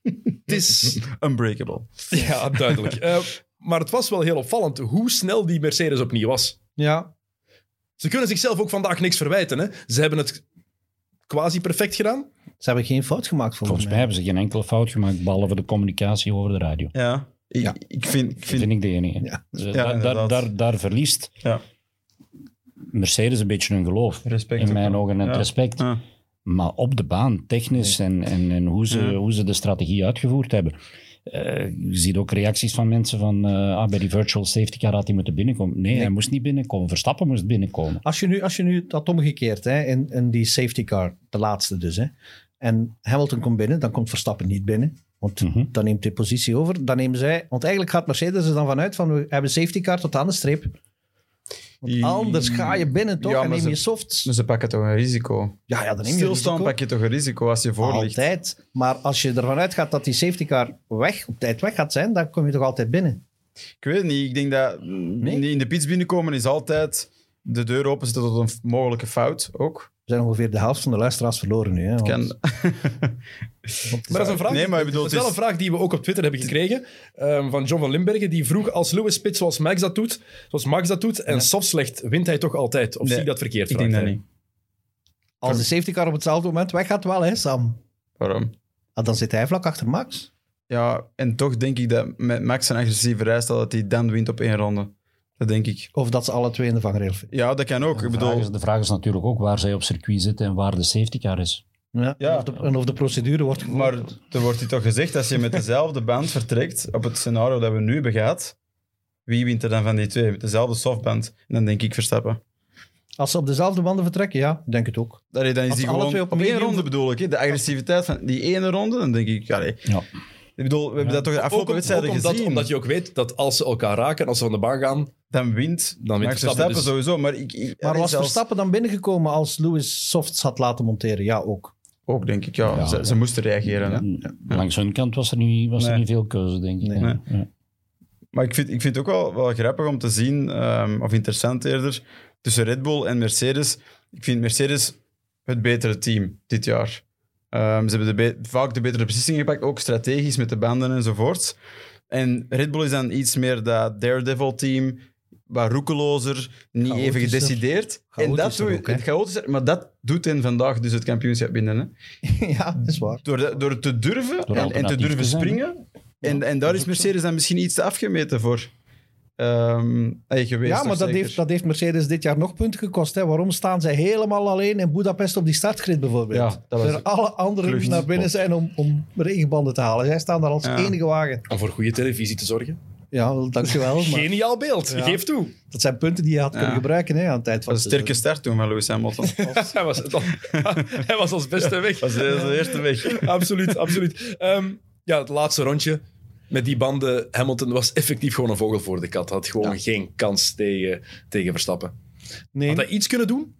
Het is...
Unbreakable.
Ja, duidelijk. Uh, maar het was wel heel opvallend hoe snel die Mercedes opnieuw was.
Ja.
Ze kunnen zichzelf ook vandaag niks verwijten. Hè? Ze hebben het quasi perfect gedaan.
Ze hebben geen fout gemaakt, volgens,
volgens mij. hebben ze geen enkele fout gemaakt, behalve de communicatie over de radio.
Ja, ik,
Ja.
ik vind... Ik
Dat
vind
vind ik de enige.
Ja.
Dus
Ja,
daar, daar,
inderdaad.
daar, daar verliest
ja,
Mercedes een beetje hun geloof.
respect.
In
ook
mijn
wel.
ogen en
Ja.
respect.
Ja.
Maar op de baan, technisch en, en, en hoe, ze,
Ja.
hoe ze de strategie uitgevoerd hebben. Uh, je ziet ook reacties van mensen van uh, ah, bij die virtual safety car had hij moeten binnenkomen. Nee,
Nee.
hij moest niet binnenkomen. Verstappen moest binnenkomen.
Als je nu, als je nu dat omgekeerd, hè, in, in die safety car, de laatste dus, hè, en Hamilton komt binnen, dan komt Verstappen niet binnen. Want
Mhm.
dan neemt hij positie over. Dan nemen zij, want eigenlijk gaat Mercedes er dan vanuit van we hebben safety car tot aan de streep. Want
Die-
anders ga je binnen toch
Ja,
en
maar
neem
ze-
je softs.
Maar ze pakken toch een risico.
Ja, ja, dan neem je
Stilstaan
risico.
pak je toch een risico als je voor ligt.
Altijd. Maar als je ervan uitgaat dat die safety car weg, op tijd weg gaat zijn, dan kom je toch altijd binnen.
Ik weet het niet. Ik denk dat
Nee?
in de pits binnenkomen is altijd de deur openzetten tot een mogelijke fout ook.
We zijn ongeveer de helft van de luisteraars verloren nu. Hè, want-
Kan...
Maar dat is een vraag,
Nee, maar ik bedoel,
dat is wel
het
een vraag die we ook op Twitter hebben gekregen. um, van John van Limbergen. Die vroeg, als Lewis spits zoals Max dat doet, zoals Max dat doet en soft slecht, wint hij toch altijd? Of
Nee,
zie ik dat verkeerd?
Ik denk
vraagt
dat
hij.
niet.
Als de safety car op hetzelfde moment weggaat, wel hè, Sam.
Waarom?
Ah, dan zit hij vlak achter Max.
Ja, en toch denk ik dat met Max een agressieve rijstijl dat hij dan wint op één ronde. Dat denk ik.
Of dat ze alle twee in de vangrail zitten.
Ja, dat kan ook.
De
Ik
vraag,
bedoel,
is, de vraag is natuurlijk ook waar zij op circuit zitten en waar de safety car is.
Ja.
Ja.
En, of de, en of de procedure wordt gevolgd.
maar er wordt hier toch gezegd, als je met dezelfde band vertrekt, op het scenario dat we nu hebben gehad, wie wint er dan van die twee? Met dezelfde softband. En dan denk ik Verstappen.
Als ze op dezelfde banden vertrekken, ja, ik denk het ook.
Allee, dan is
Als
die
alle
gewoon
twee
op,
op
één
medium-
ronde bedoel ik. Hè? De agressiviteit van die ene ronde, dan denk ik, allee.
Ja.
Ik bedoel, we hebben dat toch de
Ook,
afgelopen
om-
wedstrijden
ook omdat,
gezien.
omdat je ook weet dat als ze elkaar raken en als ze van de baan gaan,
Dan wint
Dan wint
Max
Verstappen,
Verstappen
dus-
sowieso. Maar, ik, ik,
Maar
allee,
was
zelfs-
Verstappen dan binnengekomen als Lewis softs had laten monteren? Ja, ook.
Ook, denk ik, ja.
Ja,
ze,
ja.
ze moesten reageren. Hè?
Ja.
Langs hun kant was er niet, was er
Nee.
niet veel keuze, denk ik.
Nee.
Ja. Ja.
Maar ik vind, ik vind het ook wel, wel grappig om te zien, ehm, of interessant eerder, tussen Red Bull en Mercedes. Ik vind Mercedes het betere team dit jaar. Ehm, ze hebben de be- vaak de betere beslissingen gepakt, ook strategisch met de banden enzovoort. En Red Bull is dan iets meer dat Daredevil-team, wat roekelozer, niet even
Chaotischer.
gedecideerd. En dat
Chaotischer
doe,
ook, hè?
het chaotischer, maar dat doet hen vandaag dus het kampioenschap binnen. Hè?
Ja, dat is waar.
Door, de- door te durven
Door
en, en te
alternatief
durven
te zijn,
springen. En, en daar
dat
is
is ook zo.
Mercedes dan misschien iets te afgemeten voor ehm hey, geweest.
Ja,
toch
maar dat
zeker?
heeft, dat heeft Mercedes dit jaar nog punten gekost. Hè. Waarom staan zij helemaal alleen in Budapest op die startgrid bijvoorbeeld?
Ja, dat was
Terwijl alle anderen
klucht.
naar binnen zijn om, om regenbanden te halen. Zij staan daar als
Ja.
enige wagen.
om voor goede televisie te zorgen.
Ja, wel, dankjewel. Maar
Geniaal beeld,
Ja.
geef toe.
dat zijn punten die je had kunnen
Ja.
gebruiken hè, aan het eind van
Dat was
het
een sterke start toen van Lewis Hamilton.
hij, was, hij was als beste weg.
Dat was de, de eerste weg.
absoluut, absoluut. Ehm, ja, het laatste rondje met die banden. Hamilton was effectief gewoon een vogel voor de kat. Had gewoon
Ja.
geen kans tegen, tegen Verstappen.
Nee,
Had hij iets kunnen doen?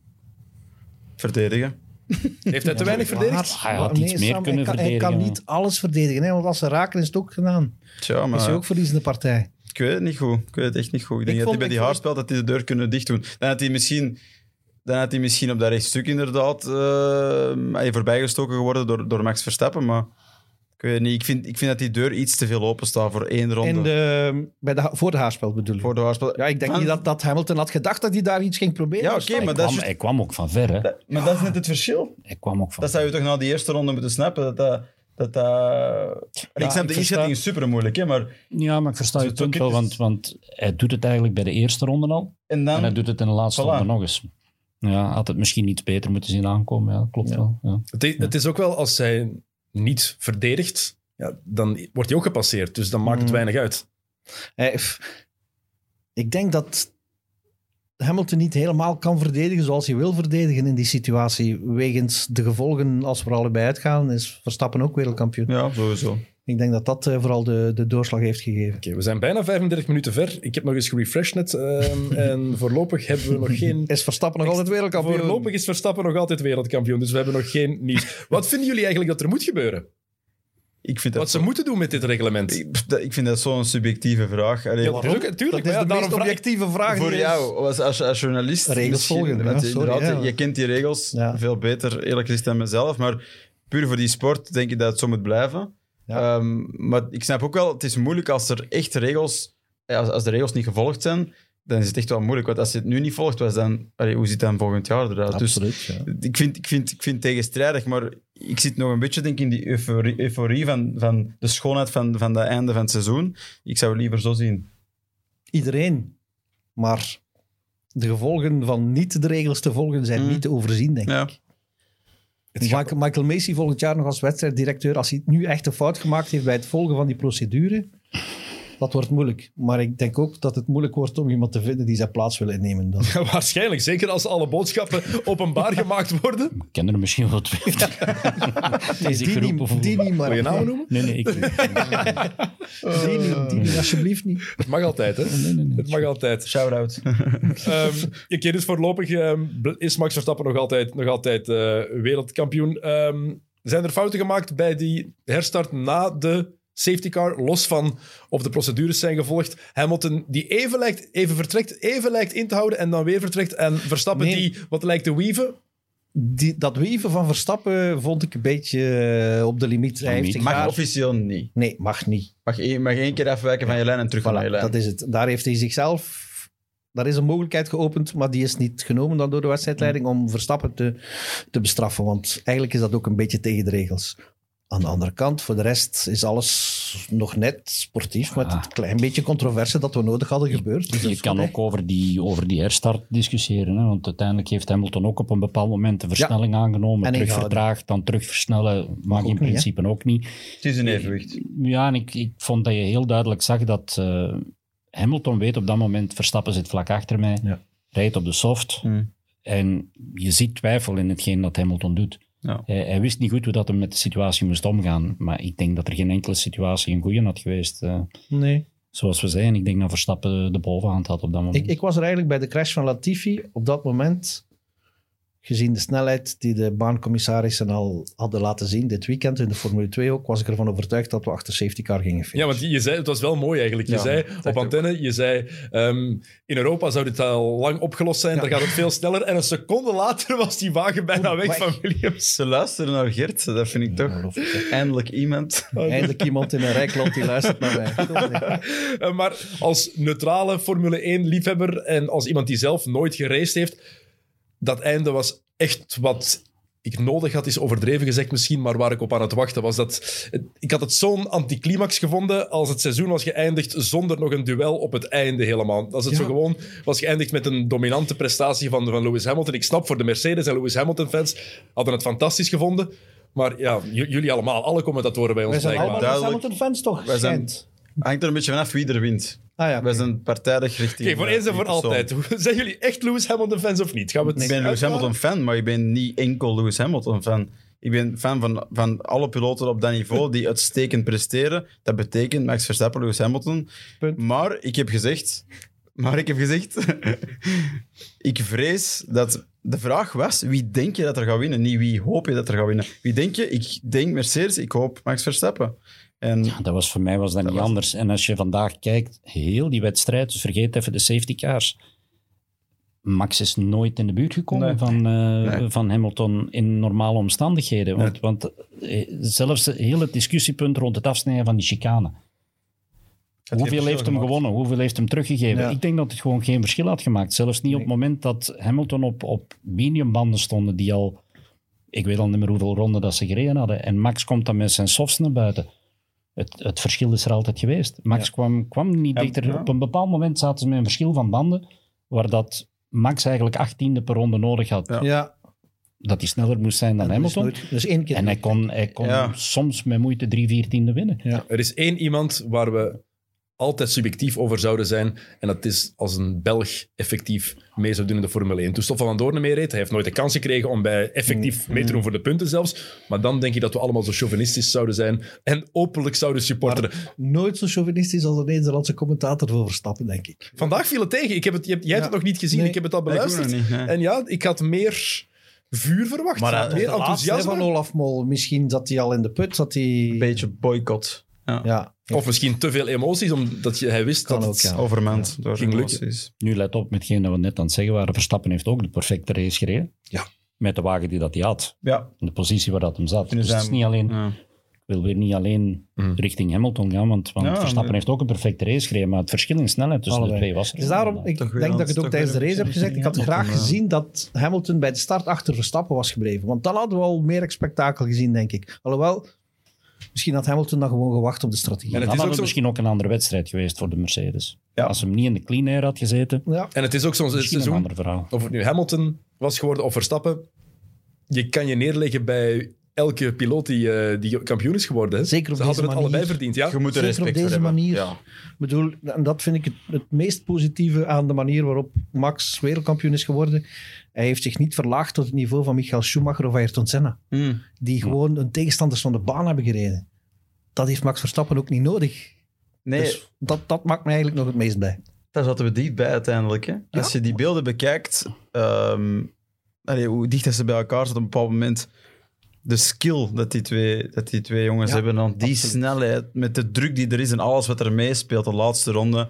Verdedigen.
Heeft hij te weinig verdedigd?
Hij had iets meer
Sam,
kunnen
hij kan, Hij kan
verdedigen,
niet alles verdedigen. Hè, want als ze raken is het ook gedaan.
Tja,
Is
maar
hij ook verliezende partij.
ik weet het niet goed. Ik weet het echt niet goed. Ik denk
Ik
dat
vond-
hij bij die
ik vond-
haarspel dat hij de deur kunnen dicht doen. Dan had hij misschien, dan had hij misschien op dat rechtstuk inderdaad uh, hij voorbijgestoken geworden door, door Max Verstappen. Maar ik weet het niet. Ik vind, ik vind dat die deur iets te veel open staat voor één ronde.
In de, bij de, ha- voor de haarspel bedoel ik.
Voor de haarspel.
Ja, ik denk
Van-
niet dat, dat Hamilton had gedacht dat hij daar iets ging proberen.
Ja,
of
oké,
zo.
maar
Hij
dat is
kwam,
juist-
hij kwam ook van ver, hè.
Dat- maar dat is net het verschil.
Hij kwam ook van
Dat zou je toch na die eerste ronde moeten snappen. Dat dat, dat, dat... En ik snap
ik
de
versta-
inschatting is super moeilijk, hè, maar...
Ja, maar ik versta je
Zo
punt
toch
wel,
kritisch.
want, want hij doet het eigenlijk bij de eerste ronde al.
En dan...
En hij doet het in de laatste
Voilà.
ronde nog eens. Ja, had het misschien iets beter moeten zien aankomen. Ja, klopt
Ja.
wel. Ja.
Het is, het is ook wel, als hij niet verdedigt, ja, dan wordt hij ook gepasseerd. Dus dan maakt het
Mm.
weinig uit.
Hij- f- ik denk dat Hamilton niet helemaal kan verdedigen zoals hij wil verdedigen in die situatie. Wegens de gevolgen, als we er allebei uitgaan, is Verstappen ook wereldkampioen.
Ja, sowieso.
Ik denk dat dat eh, vooral de, de doorslag heeft gegeven.
Oké, we zijn bijna vijfendertig minuten ver. Ik heb nog eens gerefreshed net. ehm, en voorlopig hebben we nog geen...
Is Verstappen nog altijd wereldkampioen?
Voorlopig is Verstappen nog altijd wereldkampioen. Dus we hebben nog geen nieuws. Wat vinden jullie eigenlijk dat er moet gebeuren?
Ik vind dat
Wat ze
zo-
moeten doen met dit reglement?
Ik, dat- ik vind dat zo'n subjectieve vraag. Allee,
Ja, dat is ook, tuurlijk,
Dat
maar
is
ja,
de
daarom
meest
vraag ik-
objectieve vraag.
voor
die er is.
jou, als, als, als journalist...
Regels
misschien,
volgen,
want
ja, sorry,
inderdaad,
ja.
je kent die regels
Ja.
veel beter, eerlijk gezegd, dan mezelf. Maar puur voor die sport denk ik dat het zo moet blijven.
Ja.
Um, maar ik snap ook wel, het is moeilijk als er echt regels... Als, als de regels niet gevolgd zijn, dan is het echt wel moeilijk. Want als je het nu niet volgt, was dan, allee, hoe zit het dan volgend jaar eruit?
Absoluut,
Dus,
ja.
ik, vind, ik, vind, ik vind het tegenstrijdig, maar ik zit nog een beetje denk ik, in die euforie, euforie van, van de schoonheid van, van dat einde van het seizoen. Ik zou het liever zo zien.
Iedereen. Maar de gevolgen van niet de regels te volgen zijn
Mm.
niet te overzien, denk
Ja.
ik. Michael, Michael Macy volgend jaar nog als wedstrijddirecteur, als hij nu echt een fout gemaakt heeft bij het volgen van die procedure, dat wordt moeilijk. Maar ik denk ook dat het moeilijk wordt om iemand te vinden die zijn plaats wil innemen. Dat...
Ja, waarschijnlijk, zeker als alle boodschappen openbaar gemaakt worden.
Ik ken er misschien wel twee. Deze
die,
groepen
niet,
voelen.
die niet, maar...
Wil je namen noemen?
Nee, nee, ik
Die niet, die niet, alsjeblieft niet.
Het mag altijd, hè?
nee, nee, nee.
Het mag altijd.
Shout-out.
Um, Oké, dus voorlopig um, is Max Verstappen nog altijd, nog altijd uh, wereldkampioen. Um, zijn er fouten gemaakt bij die herstart na de safety car, los van of de procedures zijn gevolgd? Hamilton, die even, lijkt, even vertrekt, even lijkt in te houden en dan weer vertrekt. En Verstappen,
Nee.
die wat lijkt te weaven.
Die, dat weven van Verstappen vond ik een beetje uh, op de limiet. Hij heeft zich
Mag
daar-
officieel niet.
Nee, mag niet.
Mag één, mag één keer afwijken van je lijn en terug naar je
Voilà,
lijn.
dat is het. Daar heeft hij zichzelf... Daar is een mogelijkheid geopend, maar die is niet genomen dan door de wedstrijdleiding om Verstappen te, te bestraffen. Want eigenlijk is dat ook een beetje tegen de regels. Aan de andere kant, voor de rest is alles nog net sportief, met
Ah.
een klein beetje controverse dat we nodig hadden gebeurd. Dus dat
Je
is
kan
goed,
ook over die, over die herstart discussiëren. Hè? Want uiteindelijk heeft Hamilton ook op een bepaald moment de versnelling aangenomen.
En
Terug
ingehouden.
vertraagd, dan terug versnellen. Mag in
niet, hè?
principe ook niet.
Het is een evenwicht.
Ja, en ik, ik vond dat je heel duidelijk zag dat uh, Hamilton weet op dat moment, Verstappen zit vlak achter mij,
Ja.
rijdt op de soft.
Hmm.
En je ziet twijfel in hetgeen dat Hamilton doet.
Ja.
Hij, hij wist niet goed hoe dat hij met de situatie moest omgaan. Maar ik denk dat er geen enkele situatie een goeie had geweest. Uh,
hè. Nee.
zoals we zeiden, ik denk dat Verstappen de bovenhand had op dat moment.
Ik, ik was er eigenlijk bij de crash van Latifi op dat moment, gezien de snelheid die de baancommissarissen al hadden laten zien dit weekend in de Formule twee ook, was ik ervan overtuigd dat we achter safety car gingen finishen.
Ja, want je zei, het was wel mooi eigenlijk. Je
Ja,
zei
dat
op
dacht ik
antenne, je zei, um, in Europa zou dit al lang opgelost zijn,
Ja.
daar gaat het veel sneller. En een seconde later was die wagen bijna weg
Weg.
van Williams.
Ze luisteren naar Gert, dat vind ik toch
Ongelooflijk, hè.
eindelijk iemand.
Eindelijk iemand in een rijk land die luistert naar mij.
Uh, maar als neutrale Formule één-liefhebber en als iemand die zelf nooit geraced heeft, dat einde was echt wat ik nodig had, is overdreven gezegd misschien, maar waar ik op aan het wachten was. Dat, ik had het zo'n anticlimax gevonden als het seizoen was geëindigd zonder nog een duel op het einde helemaal. Als het
Ja.
zo gewoon was geëindigd met een dominante prestatie van, van Lewis Hamilton. Ik snap, voor de Mercedes en Lewis Hamilton-fans hadden het fantastisch gevonden. Maar ja, j- jullie allemaal, alle commentatoren bij ons
Wij zijn
blijkbaar.
allemaal
Duidelijk.
Hamilton-fans toch?
Wij zijn-
Schijnt.
Hangt er een beetje vanaf wie er wint.
Ah ja,
Wij zijn partijdig richting...
Oké, voor
eh,
eens en voor
die persoon.
altijd. Zijn jullie echt Lewis Hamilton-fans of niet? Gaan we het
Ik ben Lewis
uitvragen?
Hamilton-fan, maar ik ben niet enkel Lewis Hamilton-fan. Ik ben fan van, van alle piloten op dat niveau die uitstekend presteren. Dat betekent Max Verstappen, Lewis Hamilton.
Punt.
Maar ik heb gezegd... Maar ik heb gezegd... ik vrees dat... De vraag was, wie denk je dat er gaat winnen? Niet wie hoop je dat er gaat winnen. Wie denk je? Ik denk Mercedes, ik hoop Max Verstappen. En
Ja, dat was voor mij was dat,
Dat
niet
was-
anders. En als je vandaag kijkt, heel die wedstrijd, dus vergeet even de safety cars. Max is nooit in de buurt gekomen
Nee.
van, eh,
Nee.
van Hamilton in normale omstandigheden. Want, want eh, zelfs heel het discussiepunt rond het afsnijden van die chicane.
geen
Hoeveel
verschil
heeft hem
gemaakt.
gewonnen? Hoeveel heeft hem teruggegeven?
Ja.
Ik denk dat het gewoon geen verschil had gemaakt. Zelfs niet op het moment dat Hamilton op, op mediumbanden stonden, die al, ik weet al niet meer hoeveel ronden dat ze gereden hadden. En Max komt dan met zijn softs naar buiten. Het, het verschil is er altijd geweest. Max
Ja.
kwam, kwam niet
Ja,
dichter.
ja.
Op een bepaald moment zaten ze met een verschil van banden, waar dat Max eigenlijk achttiende per ronde nodig had.
Ja.
Ja,
Dat hij sneller moest zijn dan
dat is
Hamilton.
nooit- dat is één keer.
En hij kon, hij kon
Ja.
soms met moeite drie viertiende winnen.
Ja.
Er is één iemand waar we altijd subjectief over zouden zijn. En dat is als een Belg effectief mee zou doen in de Formule één. Toen Stoffel van Doornen meereed, hij heeft nooit de kans gekregen om bij effectief mee te doen voor de punten zelfs. Maar dan denk ik dat we allemaal zo chauvinistisch zouden zijn en openlijk zouden supporteren.
Nooit zo chauvinistisch als een Nederlandse commentator voor Verstappen, denk ik.
Vandaag viel het tegen. Ik heb het, je hebt, jij hebt
Ja.
het nog niet gezien,
Nee.
ik heb het al
Nee, ik ook
beluisterd.
nog niet, nee.
En ja, ik had meer vuur verwacht,
Maar, uh,
meer
De laatste, hè,
enthousiasme.
van Olaf Mol. Misschien zat hij al in de put. Zat hij...
Een beetje boycott. Ja.
Ja,
Of misschien te veel emoties, omdat je, hij wist
Kan
dat
ook,
het...
ja.
Overmand door
Ging lukken.
emoties.
Nu let op met hetgeen dat we net aan het zeggen waren. Verstappen heeft ook de perfecte race gereden.
Ja.
Met de wagen die dat hij had.
Ja.
In de positie waar dat hem zat.
Kunnen
Dus het is
zijn-
niet alleen...
Ja.
Ik wil weer niet alleen
Mm.
richting Hamilton gaan, want, want
Ja,
Verstappen
maar-
heeft ook een perfecte race gereden, maar het verschil in snelheid tussen
Allebei.
de twee was er.
Dus daarom, ik
Toch weer
denk
aan-
dat ik het ook
toch
tijdens de
weer
race heb
een
gezegd. Ik had
Hamilton,
graag
ja.
gezien dat Hamilton bij de start achter Verstappen was gebleven. Want dan hadden we al meer spektakel gezien, denk ik. Alhoewel, misschien had Hamilton dan gewoon gewacht op de strategie.
En
En
het
dan
is
had
ook
het
zo-
misschien ook een andere wedstrijd geweest voor de Mercedes.
Ja.
Als hem niet in de clean air had gezeten,
Ja.
En het is ook zo'n
misschien een
seizoen,
ander verhaal.
of het nu Hamilton was geworden of Verstappen, je kan je neerleggen bij elke piloot die, eh, die kampioen is geworden. Hè.
Zeker op
Ze
deze
hadden het
manier.
allebei verdiend, ja.
Je moet er
Zeker op
respect
deze
voor hebben.
manier.
Ja.
Ik bedoel, en dat vind ik het, het meest positieve aan de manier waarop Max wereldkampioen is geworden. Hij heeft zich niet verlaagd tot het niveau van Michael Schumacher of Ayrton Senna.
Hmm.
Die gewoon hun tegenstanders van de baan hebben gereden. Dat heeft Max Verstappen ook niet nodig.
Nee,
Dus dat, dat maakt me eigenlijk nog het meest blij.
daar zaten we dicht bij uiteindelijk. Hè? Als je die beelden bekijkt, ehm, allee, hoe dicht ze bij elkaar zaten op een bepaald moment. De skill dat die twee, dat die twee jongens
Ja,
hebben, dan die
absoluut.
snelheid, met de druk die er is en alles wat er meespeelt, de laatste ronde.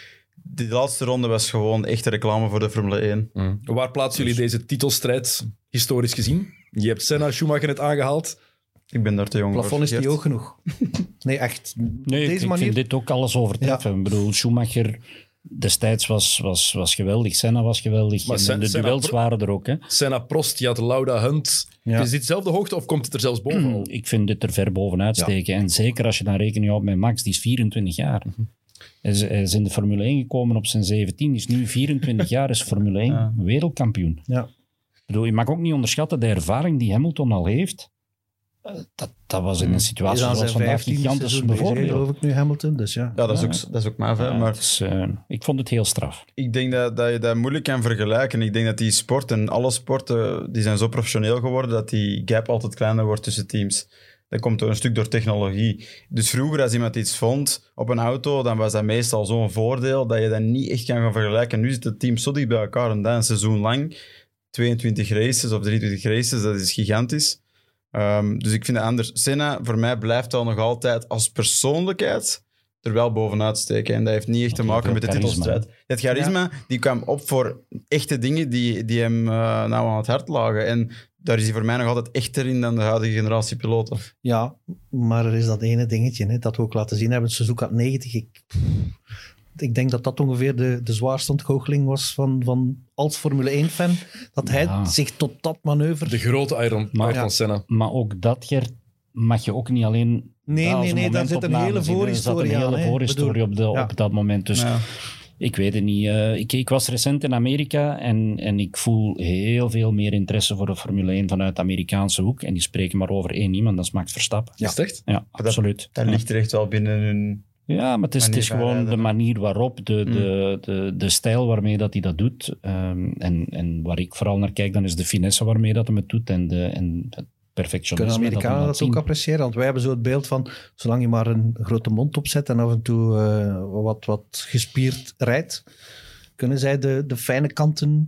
Die laatste ronde was gewoon echt reclame voor de Formule één.
Mm. Waar plaatsen jullie deze titelstrijd historisch gezien? Je hebt Senna, Schumacher net aangehaald.
Ik ben daar te jong
Het
voor.
plafond is niet
Geert.
hoog genoeg. Nee, echt.
Nee,
Op
ik,
deze
ik
manier.
vind dit ook alles overtreffen. Ik bedoel, Schumacher destijds was, was, was geweldig, Senna was geweldig.
Maar
en
Sen-
de
Senna
duels
pro-
waren er ook. Hè.
Senna, Prost, je had Lauda, Hunt.
Ja.
Is dit dezelfde hoogte of komt het er zelfs boven al?
Ik vind dit er ver bovenuit steken. En zeker als je dan rekening houdt met Max, die is vierentwintig jaar. Hij is, hij is in de Formule één gekomen op zijn zeventien, is nu vierentwintig jaar, is Formule één
Ja.
wereldkampioen.
Ja.
Ik bedoel, je mag ook niet onderschatten, de ervaring die Hamilton al heeft, eh, dat, dat was in een
Is
situatie
aan
zoals
zijn
vandaag
vijftiende
gigantisch
seizoen bezig,
bevoordeeld.
geloof ik nu, Hamilton. Dus ja.
Ja, dat is,
Ja.
ook, dat is ook maar ver.
Ja,
Maar
het is, eh, ik vond het heel straf.
ik denk dat, dat je dat moeilijk kan vergelijken. Ik denk dat die sport en alle sporten die zijn zo professioneel geworden dat die gap altijd kleiner wordt tussen teams. Dat komt door een stuk door technologie. Dus vroeger, als iemand iets vond op een auto, dan was dat meestal zo'n voordeel dat je dat niet echt kan gaan vergelijken. Nu zit het team zo dicht bij elkaar en dat een seizoen lang. tweeëntwintig races of drieëntwintig races, dat is gigantisch. Um, dus ik vind het anders. Senna, voor mij blijft al nog altijd als persoonlijkheid er wel bovenuit steken. En dat heeft niet echt te
Oké,
maken met de
veel charisma.
titelstrijd. Het charisma, die kwam op voor echte dingen die, die hem uh, nou aan het hart lagen. En daar is hij voor mij nog altijd echter in dan de huidige generatie piloten.
Ja, maar er is dat ene dingetje hè, dat we ook laten zien hebben. Suzuka negentig. Ik, ik denk dat dat ongeveer de, de zwaarste ontgoocheling was van, van als Formule één-fan. Dat hij
Ja.
zich tot dat manoeuvre...
De grote Iron,
Maar-
Ayrton
Ja.
Senna.
Maar ook dat, Gert, mag je ook niet alleen...
Nee,
dat als
nee, nee, daar zit een
momentopname
hele
zien. Er
voorhistorie
zat een
aan,
hele
hè.
voorhistorie
Bedoel,
op, de,
ja.
op dat moment. Dus
Ja.
ik weet het niet. Eh, ik, ik was recent in Amerika en, en ik voel heel veel meer interesse voor de Formule één vanuit de Amerikaanse hoek. En die spreken maar over één iemand, dat is Max Verstappen.
Is het echt?
Ja,
dat-
absoluut.
Dat
Ja.
ligt er echt wel binnen hun...
Ja, maar het is, het
manier
is
van
gewoon
rijden,
de
hè.
manier waarop, de, de, de, de stijl waarmee dat hij dat doet. Ehm, en, en waar ik vooral naar kijk, dan is de finesse waarmee dat hij het doet en, de, en het perfectionisme.
Kunnen
dat
Amerikanen
hij
dat
laat
ook
zien.
appreciëren? Want wij hebben zo het beeld van, zolang je maar een grote mond opzet en af en toe eh, wat, wat gespierd rijdt, kunnen zij de, de fijne kanten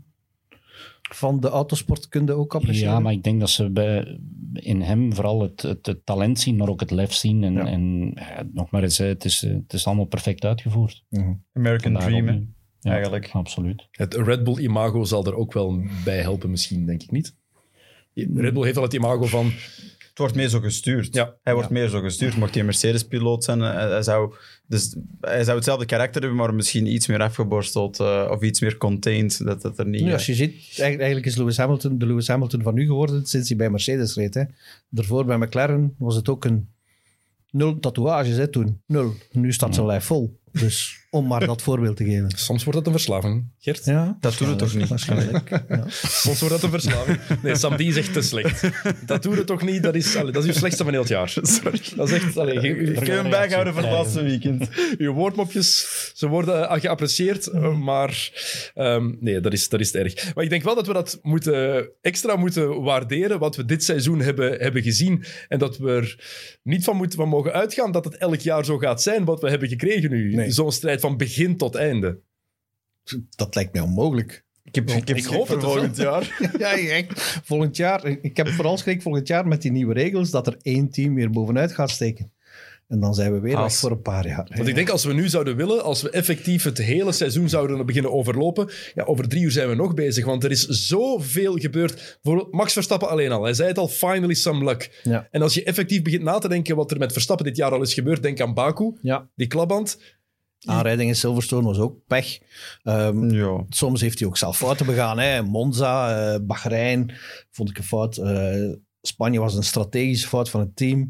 van de autosport kunnen ook appreciëren?
Ja, maar ik denk dat ze bij, in hem vooral het, het, het talent zien, maar ook het lef zien. En,
Ja.
en ja, nog maar eens, hè, het is, het is allemaal perfect uitgevoerd.
Mhm.
American
Vandaar
Dream,
ook
hè.
nu. Ja,
Eigenlijk.
Absoluut.
Het Red Bull-imago zal er ook wel bij helpen misschien, denk ik niet. Red Bull heeft wel het imago van...
Het wordt meer zo gestuurd.
Ja.
Hij wordt meer zo gestuurd. Mocht hij een Mercedes-piloot zijn, hij, hij zou, dus, hij zou hetzelfde karakter hebben, maar misschien iets meer afgeborsteld uh, of iets meer contained. Dat dat er niet...
Nu, als je ziet, eigenlijk, eigenlijk is Lewis Hamilton de Lewis Hamilton van nu geworden sinds hij bij Mercedes reed. Hè. Daarvoor bij McLaren was het ook een nul tatoeages hè, toen. Nul. Nu staat zijn lijf vol. Dus om maar dat voorbeeld te geven.
Soms wordt dat een verslaving, Gert.
Ja,
Dat doet het toch niet?
Waarschijnlijk. Ja.
Soms wordt dat een verslaving. Nee, Sam, die is echt te slecht. Dat doe je toch niet? Dat is, allee, dat is uw slechtste van heel het jaar. Sorry. Dat is echt... Allee, je-
Ik heb hem bijgehouden voor het laatste weekend.
uw woordmopjes, ze worden uh, geapprecieerd, uh, maar um, nee, dat is, dat is te erg. Maar ik denk wel dat we dat moeten, extra moeten waarderen, wat we dit seizoen hebben, hebben gezien. En dat we er niet van, moeten, van mogen uitgaan dat het elk jaar zo gaat zijn wat we hebben gekregen nu.
Nee.
Zo'n strijd van begin tot einde.
Dat lijkt mij onmogelijk.
Ik heb, ik heb
Ik
schrik
hoop
voor
het
volgend jaar.
Ja, ik, volgend jaar. Ik heb vooral schrik volgend jaar met die nieuwe regels dat er één team weer bovenuit gaat steken. En dan zijn we weer
Haas.
weg voor een paar jaar.
Want ik denk, als we nu zouden willen, als we effectief het hele seizoen zouden beginnen overlopen, ja, over drie uur zijn we nog bezig, want er is zoveel gebeurd. Voor Max Verstappen alleen al. Hij zei het al, finally some luck.
Ja.
En als je effectief begint na te denken wat er met Verstappen dit jaar al is gebeurd, denk aan Baku,
Ja.
die klapband.
Aanrijding in Silverstone was ook pech. Um,
Ja.
Soms heeft hij ook zelf fouten begaan. Hè. Monza, uh, Bahrein vond ik een fout. Uh, Spanje was een strategische fout van het team.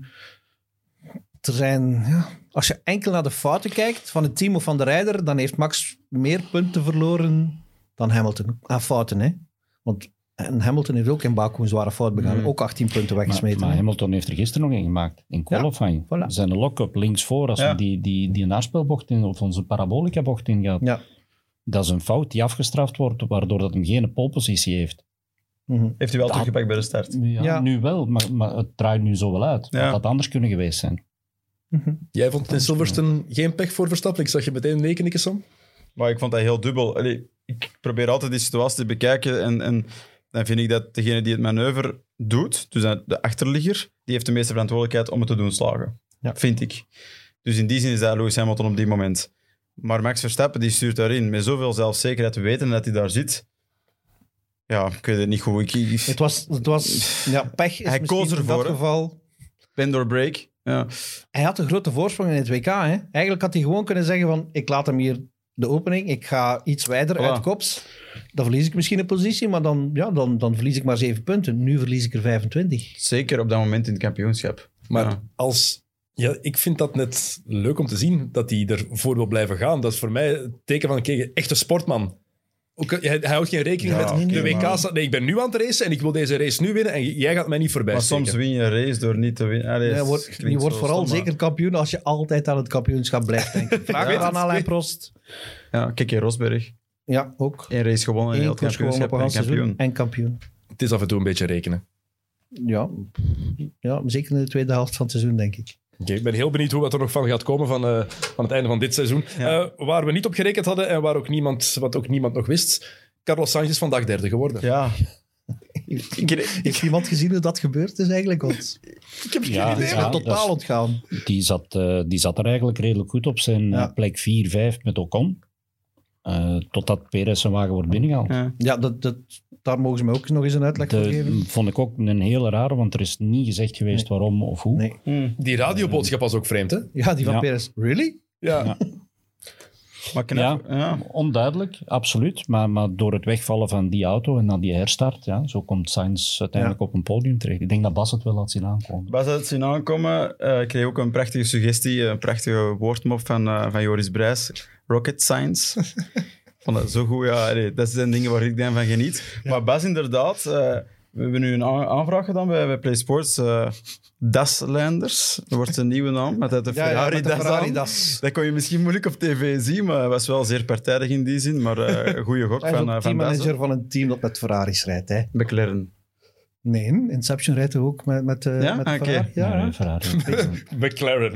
Er zijn, ja, als je enkel naar de fouten kijkt van het team of van de rijder, dan heeft Max meer punten verloren dan Hamilton. Aan fouten, hè. Want en Hamilton heeft ook in Baku een zware fout begaan.
Mm.
Ook achttien punten
Maar,
weggesmeten.
maar Hamilton heeft er gisteren nog een gemaakt. In qualifying.
voilà.
Zijn lock-up linksvoor, als
Ja.
we die, die, die naspelbocht in, of onze parabolica-bocht ingaat.
Ja.
Dat is een fout die afgestraft wordt, waardoor dat hem geen polepositie heeft.
Mhm.
Heeft hij wel
Dat-
teruggepakt bij de start.
Ja,
Ja.
nu wel, maar, maar het draait nu zo wel uit.
Ja.
Dat had anders kunnen geweest zijn.
Mhm.
Jij vond het in Silverstone geen pech voor Verstappen? Ik zag je meteen nee knikken, Sam.
Maar ik vond dat heel dubbel. Allee, ik probeer altijd die situatie te bekijken en, en dan vind ik dat degene die het manoeuvre doet, dus de achterligger, die heeft de meeste verantwoordelijkheid om het te doen slagen.
Ja.
Vind ik. Dus in die zin is dat Lewis Hamilton op die moment. Maar Max Verstappen die stuurt daarin met zoveel zelfzekerheid, te weten dat hij daar zit. Ja, ik weet het niet goed. Ik, ik
Het was, het was ja, pech. Is
Hij
misschien
koos
in
ervoor,
dat
hè.
geval.
ben door break. Ja.
Hij had een grote voorsprong in het W K. Hè? Eigenlijk had hij gewoon kunnen zeggen van, ik laat hem hier de opening, ik ga iets wijder
Voilà.
uit kops. Dan verlies ik misschien een positie, maar dan, ja, dan, dan verlies ik maar zeven punten. Nu verlies ik er vijfentwintig.
Zeker op dat moment in het kampioenschap.
Maar
Ja.
als... Ja, ik vind dat net leuk om te zien dat hij ervoor wil blijven gaan. Dat is voor mij het teken van een echte sportman. Ook, hij, hij houdt geen rekening
Ja,
met
oké,
de W K's.
maar-
Nee, ik ben nu aan het racen en ik wil deze race nu winnen en jij gaat mij niet voorbij
Maar
steken.
soms win je een race door niet te winnen. Allee,
Je
het
wordt, je
klinkt
wordt
zo
vooral
stom, maar-
zeker kampioen als je altijd aan het kampioenschap blijft denken. Vraag
Ja,
weer
dat
aan
is
Alain
goed.
Prost.
Ja, kijk in Rosberg.
Ja, ook.
Eén race gewonnen, een
Eén
heel
koers gewonnen
kampioenschap
op een
en
seizoen
kampioen.
en kampioen.
Het is af en toe een beetje rekenen.
Ja. ja, zeker in de tweede helft van het seizoen, denk ik.
Oké, ik ben heel benieuwd hoe wat er nog van gaat komen van, uh, van het einde van dit seizoen.
Ja.
Uh, waar we niet op gerekend hadden en waar ook niemand, wat ook niemand nog wist. Carlos Sainz is vandaag derde geworden.
Ja.
Heeft iemand gezien hoe dat gebeurd is eigenlijk? Want
Ik heb geen
Ja,
het
idee.
is
ja.
me
dat
totaal
is-
ontgaan.
Die zat, eh, die zat er eigenlijk redelijk goed op zijn
Ja.
eh, plek vier vijf met Ocon. Uh, totdat Perez zijn wagen wordt binnengehaald.
Ja.
Ja, dat, dat, daar mogen ze me ook nog eens een uitleg voor
Dat
geven.
vond ik ook een hele rare, want er is niet gezegd geweest waarom of hoe.
Nee.
Hm.
Die radioboodschap was ook vreemd, hè?
Ja, die van
Ja.
Perez. Really?
Ja.
Ja.
Maar knap,
Ja,
ja.
onduidelijk, absoluut. Maar, maar door het wegvallen van die auto en dan die herstart, ja, zo komt Sainz uiteindelijk op een podium terecht. Ik denk dat Bas het wel had zien aankomen.
Bas had het zien aankomen. Eh, ik kreeg ook een prachtige suggestie, een prachtige woordmop van, uh, van Joris Brijs. Rocket Science. Ik vond dat zo goed. Ja, allee, dat zijn dingen waar ik dan van geniet. Maar Bas, inderdaad, uh, we hebben nu een a- aanvraag gedaan bij, bij Play Sports. Uh, Das-Landers, dat wordt een nieuwe naam, met uit de
Ja, ja,
Ferrari,
met de
das
Ferrari
aan.
das.
Dat kon je misschien moeilijk op tv zien, maar hij was wel zeer partijdig in die zin. Maar uh, een goede gok
Hij is
van,
ook
uh, van Das.
teammanager van een team dat met Ferraris rijdt. Hè.
McLaren.
Nee, Inception rijdt toch ook met, met, uh,
Ja?
met de
Oké.
Ferrari? Ja,
Ja,
hè?
Ferrari.
McLaren.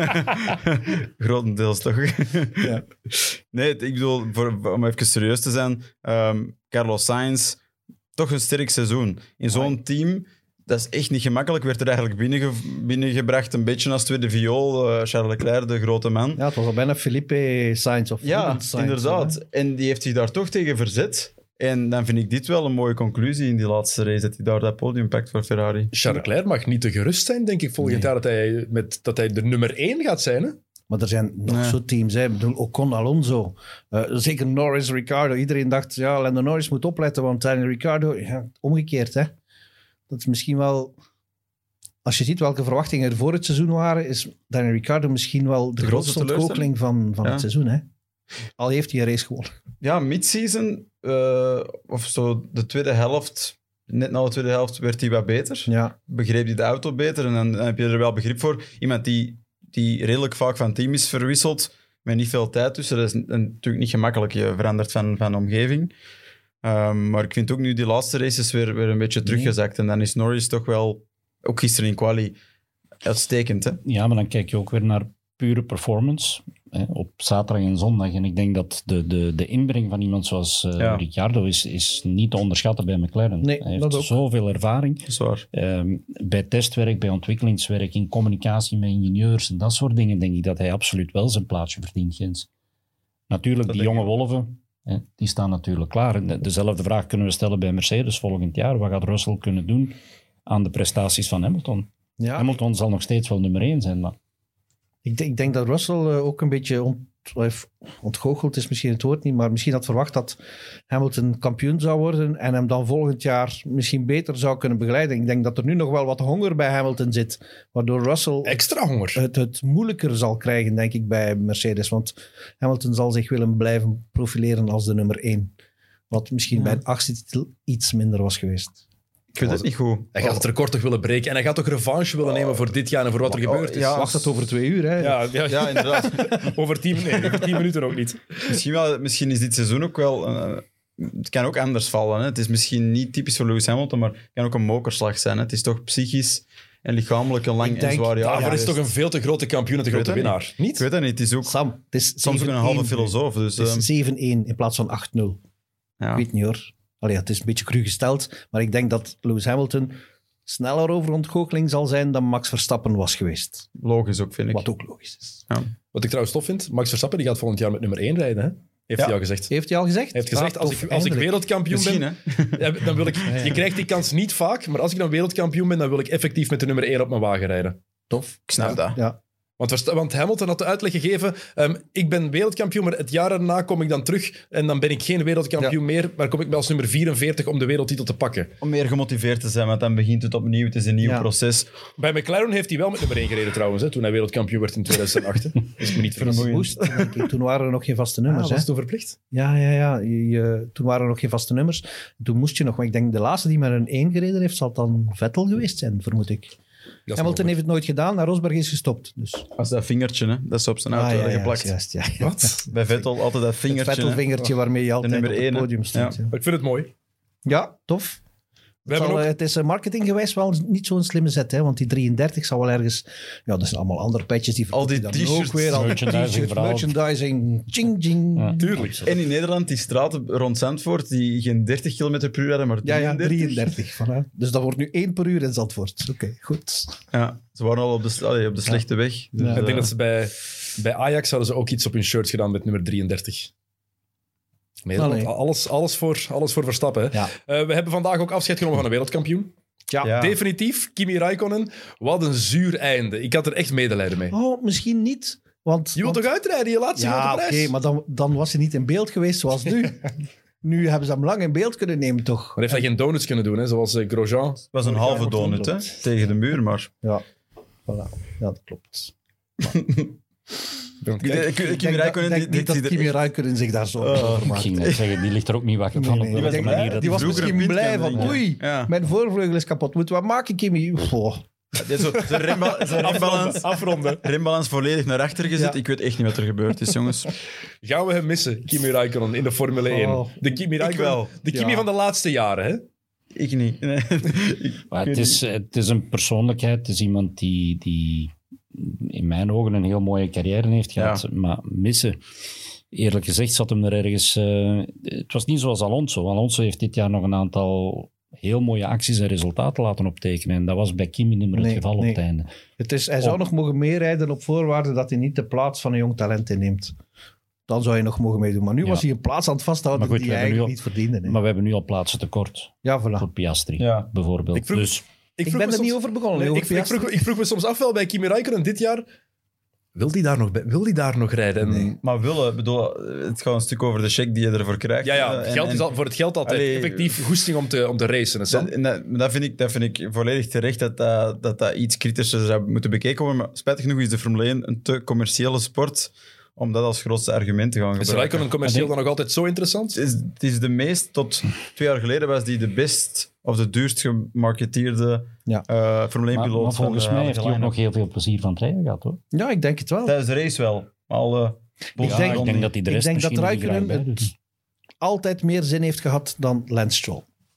Grotendeels toch?
Ja.
Nee, ik bedoel, voor, om even serieus te zijn, um, Carlos Sainz, toch een sterk seizoen. In zo'n team, dat is echt niet gemakkelijk, werd er eigenlijk binnenge, binnengebracht, een beetje als tweede viool, uh, Charles Leclerc, de grote man.
Ja, het was al bijna Felipe Sainz of
Ja,
Rubens Sainz,
inderdaad.
hè.
En die heeft zich daar toch tegen verzet. En dan vind ik dit wel een mooie conclusie in die laatste race, dat hij daar dat podium pakt voor Ferrari.
Charles Leclerc mag niet te gerust zijn, denk ik, volgend
Nee.
jaar dat hij, met, dat hij de nummer één gaat zijn. Hè?
Maar er zijn nog
Ja.
zo teams. Hè. Ik bedoel, Ocon, Alonso. Uh, zeker Norris, Ricciardo. Iedereen dacht, ja, Lando Norris moet opletten, want Daniel Ricciardo... Ja, omgekeerd, hè. Dat is misschien wel... Als je ziet welke verwachtingen er voor het seizoen waren, is Daniel Ricciardo misschien wel de,
De grootste
grootste ontgoocheling van, van
Ja.
het seizoen, hè. Al heeft hij een race gewonnen.
Ja, mid-season, uh, of zo de tweede helft, net na de tweede helft, werd hij wat beter.
Ja,
Begreep hij de auto beter en dan, dan heb je er wel begrip voor. Iemand die, die redelijk vaak van team is verwisseld, met niet veel tijd tussen, dat is n- natuurlijk niet gemakkelijk. Je verandert van, van omgeving. Um, maar ik vind ook nu die laatste races weer, weer een beetje teruggezakt. En dan is Norris toch wel, ook gisteren in quali, uitstekend. Hè?
Ja, maar dan kijk je ook weer naar pure performance. hè, op zaterdag en zondag. En ik denk dat de, de, de inbreng van iemand zoals uh,
Ja.
Ricciardo is, is niet te onderschatten bij McLaren.
Nee,
Hij
dat
heeft
ook.
zoveel ervaring.
Dat is waar.
Um, bij testwerk, bij ontwikkelingswerk, in communicatie met ingenieurs en dat soort dingen, denk ik dat hij absoluut wel zijn plaatsje verdient, Gens. Natuurlijk,
Dat
die
denk
jonge wolven, hè, die staan natuurlijk klaar. En de- dezelfde vraag kunnen we stellen bij Mercedes volgend jaar. Wat gaat Russell kunnen doen aan de prestaties van Hamilton?
Ja,
Hamilton zal nog steeds wel nummer één zijn, maar
ik, denk- ik denk dat Russell eh, ook een beetje ont, of ontgoocheld is misschien het woord niet, maar misschien had verwacht dat Hamilton kampioen zou worden en hem dan volgend jaar misschien beter zou kunnen begeleiden. Ik denk dat er nu nog wel wat honger bij Hamilton zit, waardoor Russell
Extra honger.
het, het moeilijker zal krijgen, denk ik, bij Mercedes. Want Hamilton zal zich willen blijven profileren als de nummer één. Wat misschien
Ja.
bij een achtste titel iets minder was geweest.
Ik weet het niet goed.
Hij gaat het record toch willen breken. En hij gaat toch revanche willen nemen voor dit jaar en voor wat er
Oh,
gebeurd is.
ja.
Wacht het over twee uur, hè?
Ja, ja,
Ja, inderdaad.
over, tien, nee, over tien minuten ook niet.
misschien, wel, misschien is dit seizoen ook wel... eh, het kan ook anders vallen. Hè. Het is misschien niet typisch voor Lewis Hamilton, maar het kan ook een mokerslag zijn. Hè. Het is toch psychisch en lichamelijk een lang
Ik
en
denk-
zwaar jaar
Daarvoor is
geweest.
toch een veel te grote kampioen en te
Ik weet
grote
dat
winnaar. Niet?
Ik weet dat niet. Het is ook
Sam, het is
soms ook een halve
zeven één.
filosoof. Dus,
Het
ehm,
is zeven één in plaats van acht nul.
ja.
Ik weet niet hoor. Allee, het is een beetje cru gesteld, maar ik denk dat Lewis Hamilton sneller over ontgoocheling zal zijn dan Max Verstappen was geweest.
Logisch ook, vind ik.
Wat ook logisch is.
Wat ik trouwens tof vind, Max Verstappen die gaat volgend jaar met nummer één rijden. Hè? Heeft
Ja.
hij al gezegd.
Heeft hij al gezegd?
Hij heeft gezegd,
Ah,
als,
tof,
ik, als ik
eindelijk.
wereldkampioen
Misschien,
ben,
hè.
ja, dan wil ik...
ja.
Je krijgt die kans niet vaak, maar als ik dan wereldkampioen ben, dan wil ik effectief met de nummer één op mijn wagen rijden.
Tof.
Ik snap dat.
Ja.
Want, Versta- want Hamilton had de uitleg gegeven, ehm, ik ben wereldkampioen, maar het jaar daarna kom ik dan terug en dan ben ik geen wereldkampioen meer, maar kom ik bij als nummer vierenveertig om de wereldtitel te pakken.
Om meer gemotiveerd te zijn, want dan begint het opnieuw. Het is een nieuw
Ja.
proces.
Bij McLaren heeft hij wel met nummer één gereden trouwens, hè, toen hij wereldkampioen werd in tweeduizend acht. Hè. Dus ik me niet vermoeien.
Moest, denk ik. Toen waren er nog geen vaste
Ah,
nummers.
was
hè?
het toen verplicht?
Ja, ja, ja. Je- je- toen waren er nog geen vaste nummers. Toen moest je nog, maar ik denk de laatste die met een één gereden heeft, zal dan Vettel geweest zijn, vermoed ik.
Dat is
Hamilton
mogelijk.
heeft het nooit gedaan, naar Rosberg is gestopt. Dus.
Als dat vingertje, hè, dat is op zijn
Ah,
auto
ja, ja,
geplakt.
juist, ja, ja.
Wat?
Bij Vettel altijd dat
Het
vingertje. hè.
Vettel-vingertje waarmee je altijd
nummer
op
één,
het
hè.
podium staat.
Ja.
Ja,
Ik vind het mooi.
ja tof.
We
Het,
hebben
zal,
ook...
eh, het is eh, marketinggewijs wel niet zo'n slimme zet, hè, want die drieëndertig zal wel ergens... Ja, dat zijn allemaal andere petjes die
Al die
verkopen dan
t-shirts,
ook weer. Al die
merchandising
t-shirts,
verhaal.
merchandising, ching, ching.
Ja.
Tuurlijk.
En in Nederland, die straten rond Zandvoort, die geen dertig kilometer per uur hadden, maar
Ja, ja,
drieëndertig.
drieëndertig. Voilà. Dus dat wordt nu één per uur in Zandvoort. Oké, goed.
Ja, ze waren al op de, allee, op de slechte weg. Dus,
Ja.
Ik denk
eh,
dat ze bij, bij Ajax hadden ze ook iets op hun shirt gedaan met nummer drieëndertig. Nederland,
Allee.
alles, alles, voor, alles voor Verstappen. Hè.
Ja.
Eh, we hebben vandaag ook afscheid genomen van een wereldkampioen.
Ja.
Ja.
Definitief, Kimi Räikkönen. Wat een zuur einde. Ik had er echt medelijden mee.
Oh, misschien niet. Want,
Je wilt
want-
toch uitrijden, je laatste
Ja,
grote
oké,
prijs?
maar dan, dan was hij niet in beeld geweest zoals nu. Nu hebben ze hem lang in beeld kunnen nemen, toch?
Maar heeft hij geen donuts kunnen doen, hè? Zoals eh, Grosjean.
Het was een
Ja,
halve
wordt
donut, hè,
klopt.
tegen de muur, maar...
Ja, voilà. Ja, dat klopt.
Kijk,
Ik- ik-
Ik
Kimi
denk, dat,
Räikkönen,
denk
die-
niet
die-
dat
die-
Kimi Räikkönen zich daar zo
Oh,
over
ik
maakt.
ging net zeggen, die ligt er ook niet wakker van
Nee,
op
nee,
welke
ik
manier
denk,
dat
die was
vroeger
misschien
een pint
blij
kan
van,
drinken.
oei,
Ja.
mijn voorvleugel is kapot. Moeten we wat maken, Kimi? Oh.
Ja, zo, zijn remba- zijn rembalans,
Afronden.
rembalans volledig naar achter gezet.
Ja.
Ik weet echt niet wat er gebeurd is, jongens.
Gaan we hem missen, Kimi Räikkönen, in de Formule één?
Oh.
De Kimi Räikkönen,
wel.
de Kimi
Ja.
van de laatste jaren, hè?
Ik niet. Nee. Ik
Maar
weet
het, is, het is een persoonlijkheid, het is iemand die, die in mijn ogen een heel mooie carrière heeft gehad,
Ja.
maar missen. Eerlijk gezegd zat hem er ergens... eh, het was niet zoals Alonso. Alonso heeft dit jaar nog een aantal heel mooie acties en resultaten laten optekenen. En dat was bij Kimi niet meer het
Nee,
geval
nee.
op het einde.
Het is, hij zou
Oh.
nog mogen meerijden op voorwaarde dat hij niet de plaats van een jong talent inneemt. Dan zou je nog mogen meedoen. Maar nu
Ja.
was hij een plaats aan het vasthouden
Maar goed,
die
we
hij
hebben
eigenlijk
nu
niet verdiende. hè.
Maar we hebben nu al plaatsen tekort
Ja, voilà.
voor Piastri,
Ja.
bijvoorbeeld.
Ik vroeg-
Dus
Ik,
Ik
vroeg
ben
me
er
soms-
niet over begonnen.
Nee,
over
ik, ik,
Piastri.
vroeg, ik vroeg me soms af wel bij Kimi Räikkönen dit jaar. Wil die daar nog, bij- wil die daar nog rijden? En-
Nee.
Maar willen, bedoel, het gaat een stuk over de check die je ervoor krijgt.
Ja, ja,
Eh, en-
geld
en-
is al, voor het geld altijd
Allee,
effectief goesting om te, om te racen. Hè, Sam?
Dat, en dat, dat, vind ik, dat vind ik volledig terecht dat dat, dat dat iets kritischer zou moeten bekeken worden. Maar spijtig genoeg is de Formule één een te commerciële sport om dat als grootste argument te gaan
Is
gebruiken.
Räikkönen commercieel dan nog altijd zo interessant?
Het is, het is de meest, tot twee jaar geleden was die de best of de duurst gemarketeerde
Ja.
eh Formule
maar,
één-piloot.
maar volgens
van,
mij
eh,
heeft hij ook
line-up.
nog heel veel plezier van het rijden gehad, hoor.
Ja, ik denk het wel.
Tijdens de race wel. Al, eh,
Ik denk-
ik denk dat hij de
ik
rest
denk dat
misschien er niet
Räikkönen
graag bij
het-
doet.
Altijd meer zin heeft gehad dan Lance Stroll.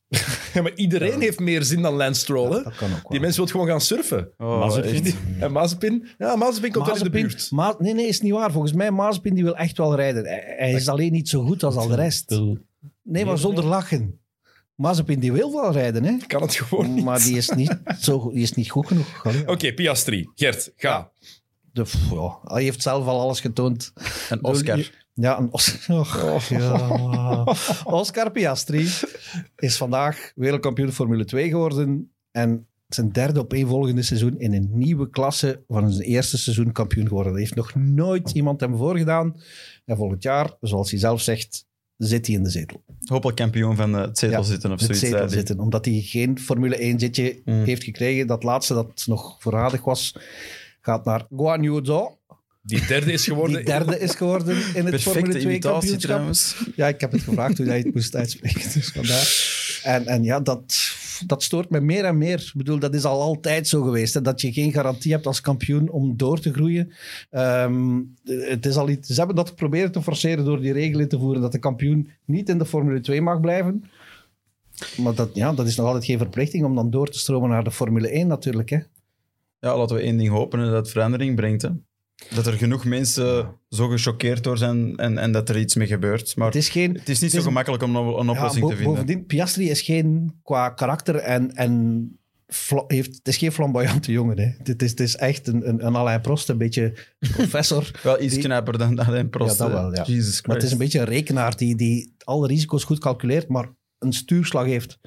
Ja, maar iedereen heeft meer zin dan Lance Stroll. Hè?
Dat kan ook wel.
Die mensen wil gewoon gaan surfen.
Oh,
Mazepin.
echt.
En Mazepin? Ja, Mazepin komt wel in de
Mazepin-
buurt.
Ma- nee, nee, is niet waar. Volgens mij, Mazepin die wil echt wel rijden. Hij, hij is alleen niet zo goed als al de rest. Nee, maar zonder lachen. Mazepin die wil wel rijden, hè?
Kan het gewoon niet.
Maar die is niet, zo, goed- die is niet goed genoeg.
Oké, okay, Piastri. Gert, ga.
De, pff, ja, hij heeft zelf al alles getoond.
En Oscar.
Ja, een Os- Och, ja. Oscar Piastri is vandaag wereldkampioen Formule twee geworden. En zijn derde opeenvolgende seizoen in een nieuwe klasse van zijn eerste seizoen kampioen geworden. Er heeft nog nooit iemand hem voorgedaan. En volgend jaar, zoals hij zelf zegt, zit hij in de zetel.
Hopelijk kampioen van het zetel
Ja,
zitten of
Het
zoiets.
zetel
zei hij.
zitten, omdat hij geen Formule één zitje
Mm.
heeft gekregen. Dat laatste dat nog voorradig was, gaat naar Guan Yu Zhou.
Die derde is geworden.
Die derde is geworden in het Formule
Perfecte
twee
imitatie
kampioenschap.
trouwens.
Ja, ik heb het gevraagd hoe jij het moest uitspreken. Dus vandaar. En, en ja, dat, dat stoort me meer en meer. Ik bedoel, dat is al altijd zo geweest. Hè, dat je geen garantie hebt als kampioen om door te groeien. Ehm, het is al iets, ze hebben dat geprobeerd te forceren door die regel in te voeren dat de kampioen niet in de Formule twee mag blijven. Maar dat, ja, dat is nog altijd geen verplichting om dan door te stromen naar de Formule één natuurlijk. Hè.
Ja, laten we één ding hopen, hè, dat het verandering brengt. Hè. Dat er genoeg mensen zo gechoqueerd door zijn en, en dat er iets mee gebeurt. Maar
Het is geen...
het is niet
het
zo gemakkelijk om een een oplossing
ja, bo-
te vinden.
Bovendien, Piastri is geen qua karakter en, en fla- heeft, het is geen flamboyante jongen. Hè. Het, is, het is echt een, een, een Alain Prost, een beetje professor.
Wel iets
die-
knapper dan Alain Prost.
Ja, dat
hè.
wel, ja.
Jesus Christ.
Maar het is een beetje een rekenaar die, die alle risico's goed calculeert, maar een stuurslag heeft.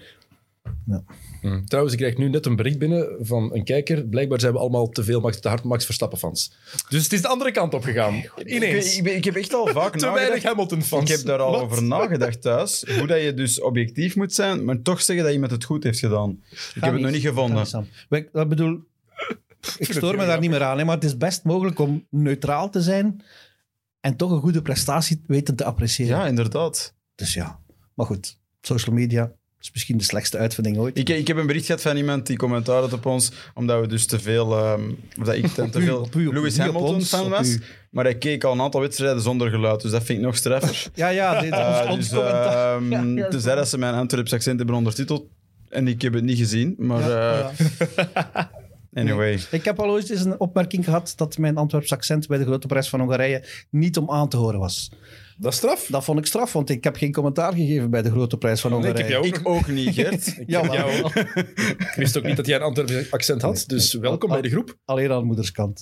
Hm. Trouwens, ik krijg nu net een bericht binnen van een kijker. Blijkbaar zijn we allemaal te veel Max, te hard Max Verstappen-fans. Dus het is de andere kant op gegaan.
Ik,
Ineens.
ik, ben- ik heb echt al vaak
Te weinig
nagedacht.
Hamilton-fans.
Ik heb daar al
Wat?
over nagedacht thuis. Hoe dat je dus objectief moet zijn, maar toch zeggen dat iemand het goed heeft gedaan. Ik heb het nog niet gevonden.
Sam. Ik ik bedoel, ik stoor me daar niet meer aan, hè, maar het is best mogelijk om neutraal te zijn en toch een goede prestatie weten te appreciëren.
Ja, inderdaad.
Dus ja, maar goed, social media is misschien de slechtste uitvinding ooit.
Ik, ik heb een bericht gehad van iemand die commentaar had op ons, omdat we dus te veel, um, of dat ik ten te
u,
veel
op u, op u,
Lewis
niet op
Hamilton
ons,
fan
op
was.
u.
Maar hij keek al een aantal wedstrijden zonder geluid, dus dat vind ik nog straffer.
Ja, ja, dit,
Uh,
ons, ons
dus
commentaar.
um,
Ja, ja,
tenzij dat ze mijn Antwerps accent hebben ondertiteld. En ik heb het niet gezien, maar
Ja,
uh,
ja.
anyway.
Ik heb al ooit eens een opmerking gehad dat mijn Antwerps accent bij de Grote Prijs van Hongarije niet om aan te horen was.
Dat is straf.
Dat vond ik straf, want ik heb geen commentaar gegeven bij de Grote Prijs van
Nee, ik
Hongarije.
heb jou ook,
Ik ook niet, Gert.
Ja,
ik, heb
wel.
jou, ik wist ook niet dat jij een Antwerpse accent had. Dus welkom bij de groep.
Alleen aan moederskant.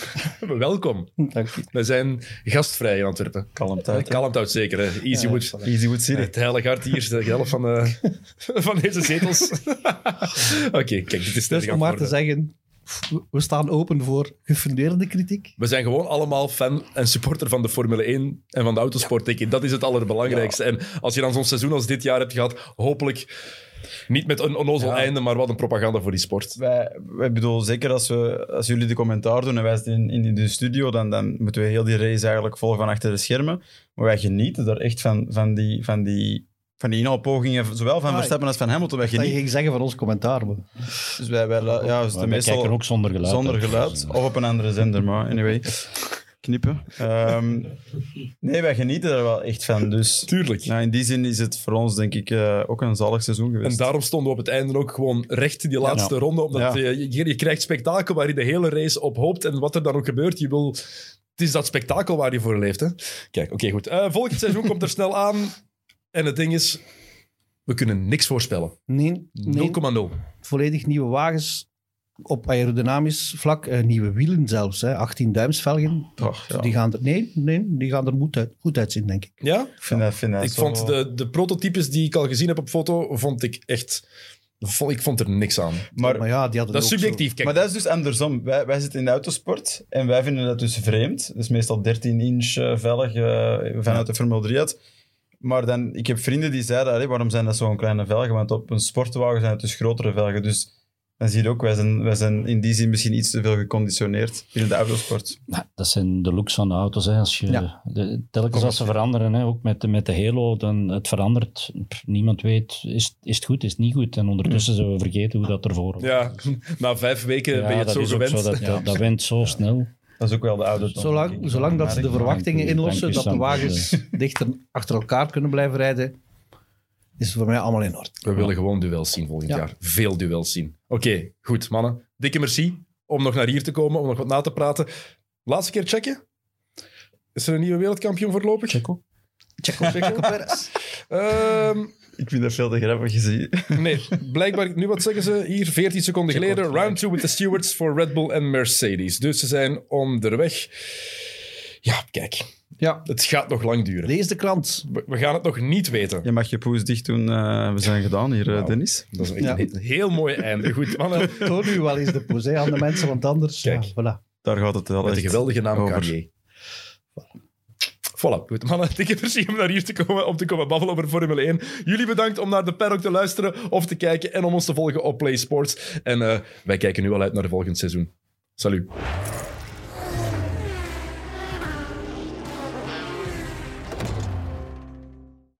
Welkom.
Dank je.
We zijn gastvrij in Antwerpen.
Kalmtheid. hè.
Kalmthout zeker. Hè. Easy
Ja,
Wood.
voilà.
Easywood City.
Het heilige hart hier, de helft van, eh, van deze zetels. Oké, kijk, dit is
Dus
sterk
om maar te
antwoorden.
zeggen, we staan open voor gefundeerde kritiek.
We zijn gewoon allemaal fan en supporter van de Formule één en van de autosport. denk ik. Dat is het allerbelangrijkste. En als je dan zo'n seizoen als dit jaar hebt gehad, hopelijk niet met een onnozel
Ja.
einde, maar wat een propaganda voor die sport.
Wij, wij bedoel, zeker als, we, als jullie de commentaar doen en wij zitten in, in de studio, dan, dan moeten we heel die race eigenlijk volgen van achter de schermen. Maar wij genieten er echt van, van die, van die, van die inhaalpogingen, zowel van
Ah,
Verstappen als van Hamilton. Wij
Dat je
genieten.
ging zeggen van ons commentaar. Maar.
Dus wij, wij, ja, dus de
Wij
meestal
kijken ook zonder geluid.
zonder
hè.
geluid. Of op een andere zender, maar anyway. Knippen. Ehm, nee, wij genieten er wel echt van. Dus
Tuurlijk.
nou, in die zin is het voor ons, denk ik, uh, ook een zalig seizoen geweest.
En daarom stonden we op het einde ook gewoon recht die laatste
Ja.
ronde. Omdat
Ja.
je, je, je krijgt spektakel waar je de hele race op hoopt. En wat er dan ook gebeurt, je wil... Het is dat spektakel waar je voor leeft. Hè? Kijk, oké, goed. Uh, volgend seizoen komt er snel aan. En het ding is, we kunnen niks voorspellen.
Nee, nee,
nul komma nul.
volledig nieuwe wagens op aerodynamisch vlak. eh, nieuwe wielen zelfs, hè, achttien duimsvelgen.
Toch, ja.
Die gaan er, nee, nee, die gaan er goed, uit, goed uitzien, denk ik.
Ja?
Ik vind dat, vind dat
Ik
zo-
vond de, de prototypes die ik al gezien heb op foto, vond ik echt... vond- Ik vond er niks aan.
Maar,
Maar ja, die hadden
Dat is
ook
subjectief. Kijk,
maar dat is dus andersom. Wij, wij zitten in de autosport en wij vinden dat dus vreemd. Dat is meestal dertien inch uh, velg uh, vanuit de Formule drie uit. Maar dan, ik heb vrienden die zeiden, allee, waarom zijn dat zo'n kleine velgen? Want op een sportwagen zijn het dus grotere velgen. Dus dan zie je ook, wij zijn, wij zijn in die zin misschien iets te veel geconditioneerd binnen de autosport.
Nou, dat zijn de looks van de auto's. Hè. Als je,
Ja.
de, telkens als ze veranderen, hè, ook met, de- met de Halo, dan het verandert. Pff, niemand weet, is, is het goed, is het niet goed? En ondertussen zijn we vergeten hoe dat ervoor was.
ja, na vijf weken
Ja,
ben je het
dat
zo
is ook
gewend.
zo, dat,
Ja.
dat, dat went zo snel.
Dat is ook wel de oude toon,
Zolang,
denk ik.
zolang dat ze de
Maar ik-
verwachtingen
Dank u,
inlossen,
dank u,
dat de
Sam.
wagens dichter achter elkaar kunnen blijven rijden, is het voor mij allemaal in orde.
We willen gewoon duels zien volgend
Ja.
jaar. Veel duels zien. Oké, okay, goed, mannen. Dikke merci om nog naar hier te komen, om nog wat na te praten. Laatste keer checken. Is er een nieuwe wereldkampioen voorlopig?
Checo.
Checo, Checo Perez.
Um,
Ik vind dat veel te grappig gezien.
nee, blijkbaar, nu wat zeggen ze hier? veertien seconden
Checo
geleden.
flag.
Round two with the stewards voor Red Bull en Mercedes. Dus ze zijn onderweg. Ja, kijk.
Ja,
Het gaat nog lang duren.
lees de krant.
We, we gaan het nog niet weten.
Je mag je poes dicht doen. Uh, we zijn gedaan hier, uh,
Nou,
Dennis.
Dat is echt
Ja.
een heel mooi einde. Goed, mannen.
Toon nu wel eens de poes hè, aan de mensen, want anders...
Kijk.
Ja, voilà.
Daar gaat het wel
Met de
echt
geweldige naam
over.
Carrier. Voilà, goed. Mannen, dikke merci om naar hier te komen, om te komen babbelen over Formule één. Jullie bedankt om naar de paddock te luisteren of te kijken en om ons te volgen op Play Sports. En uh, wij kijken nu al uit naar het volgende seizoen. Salut.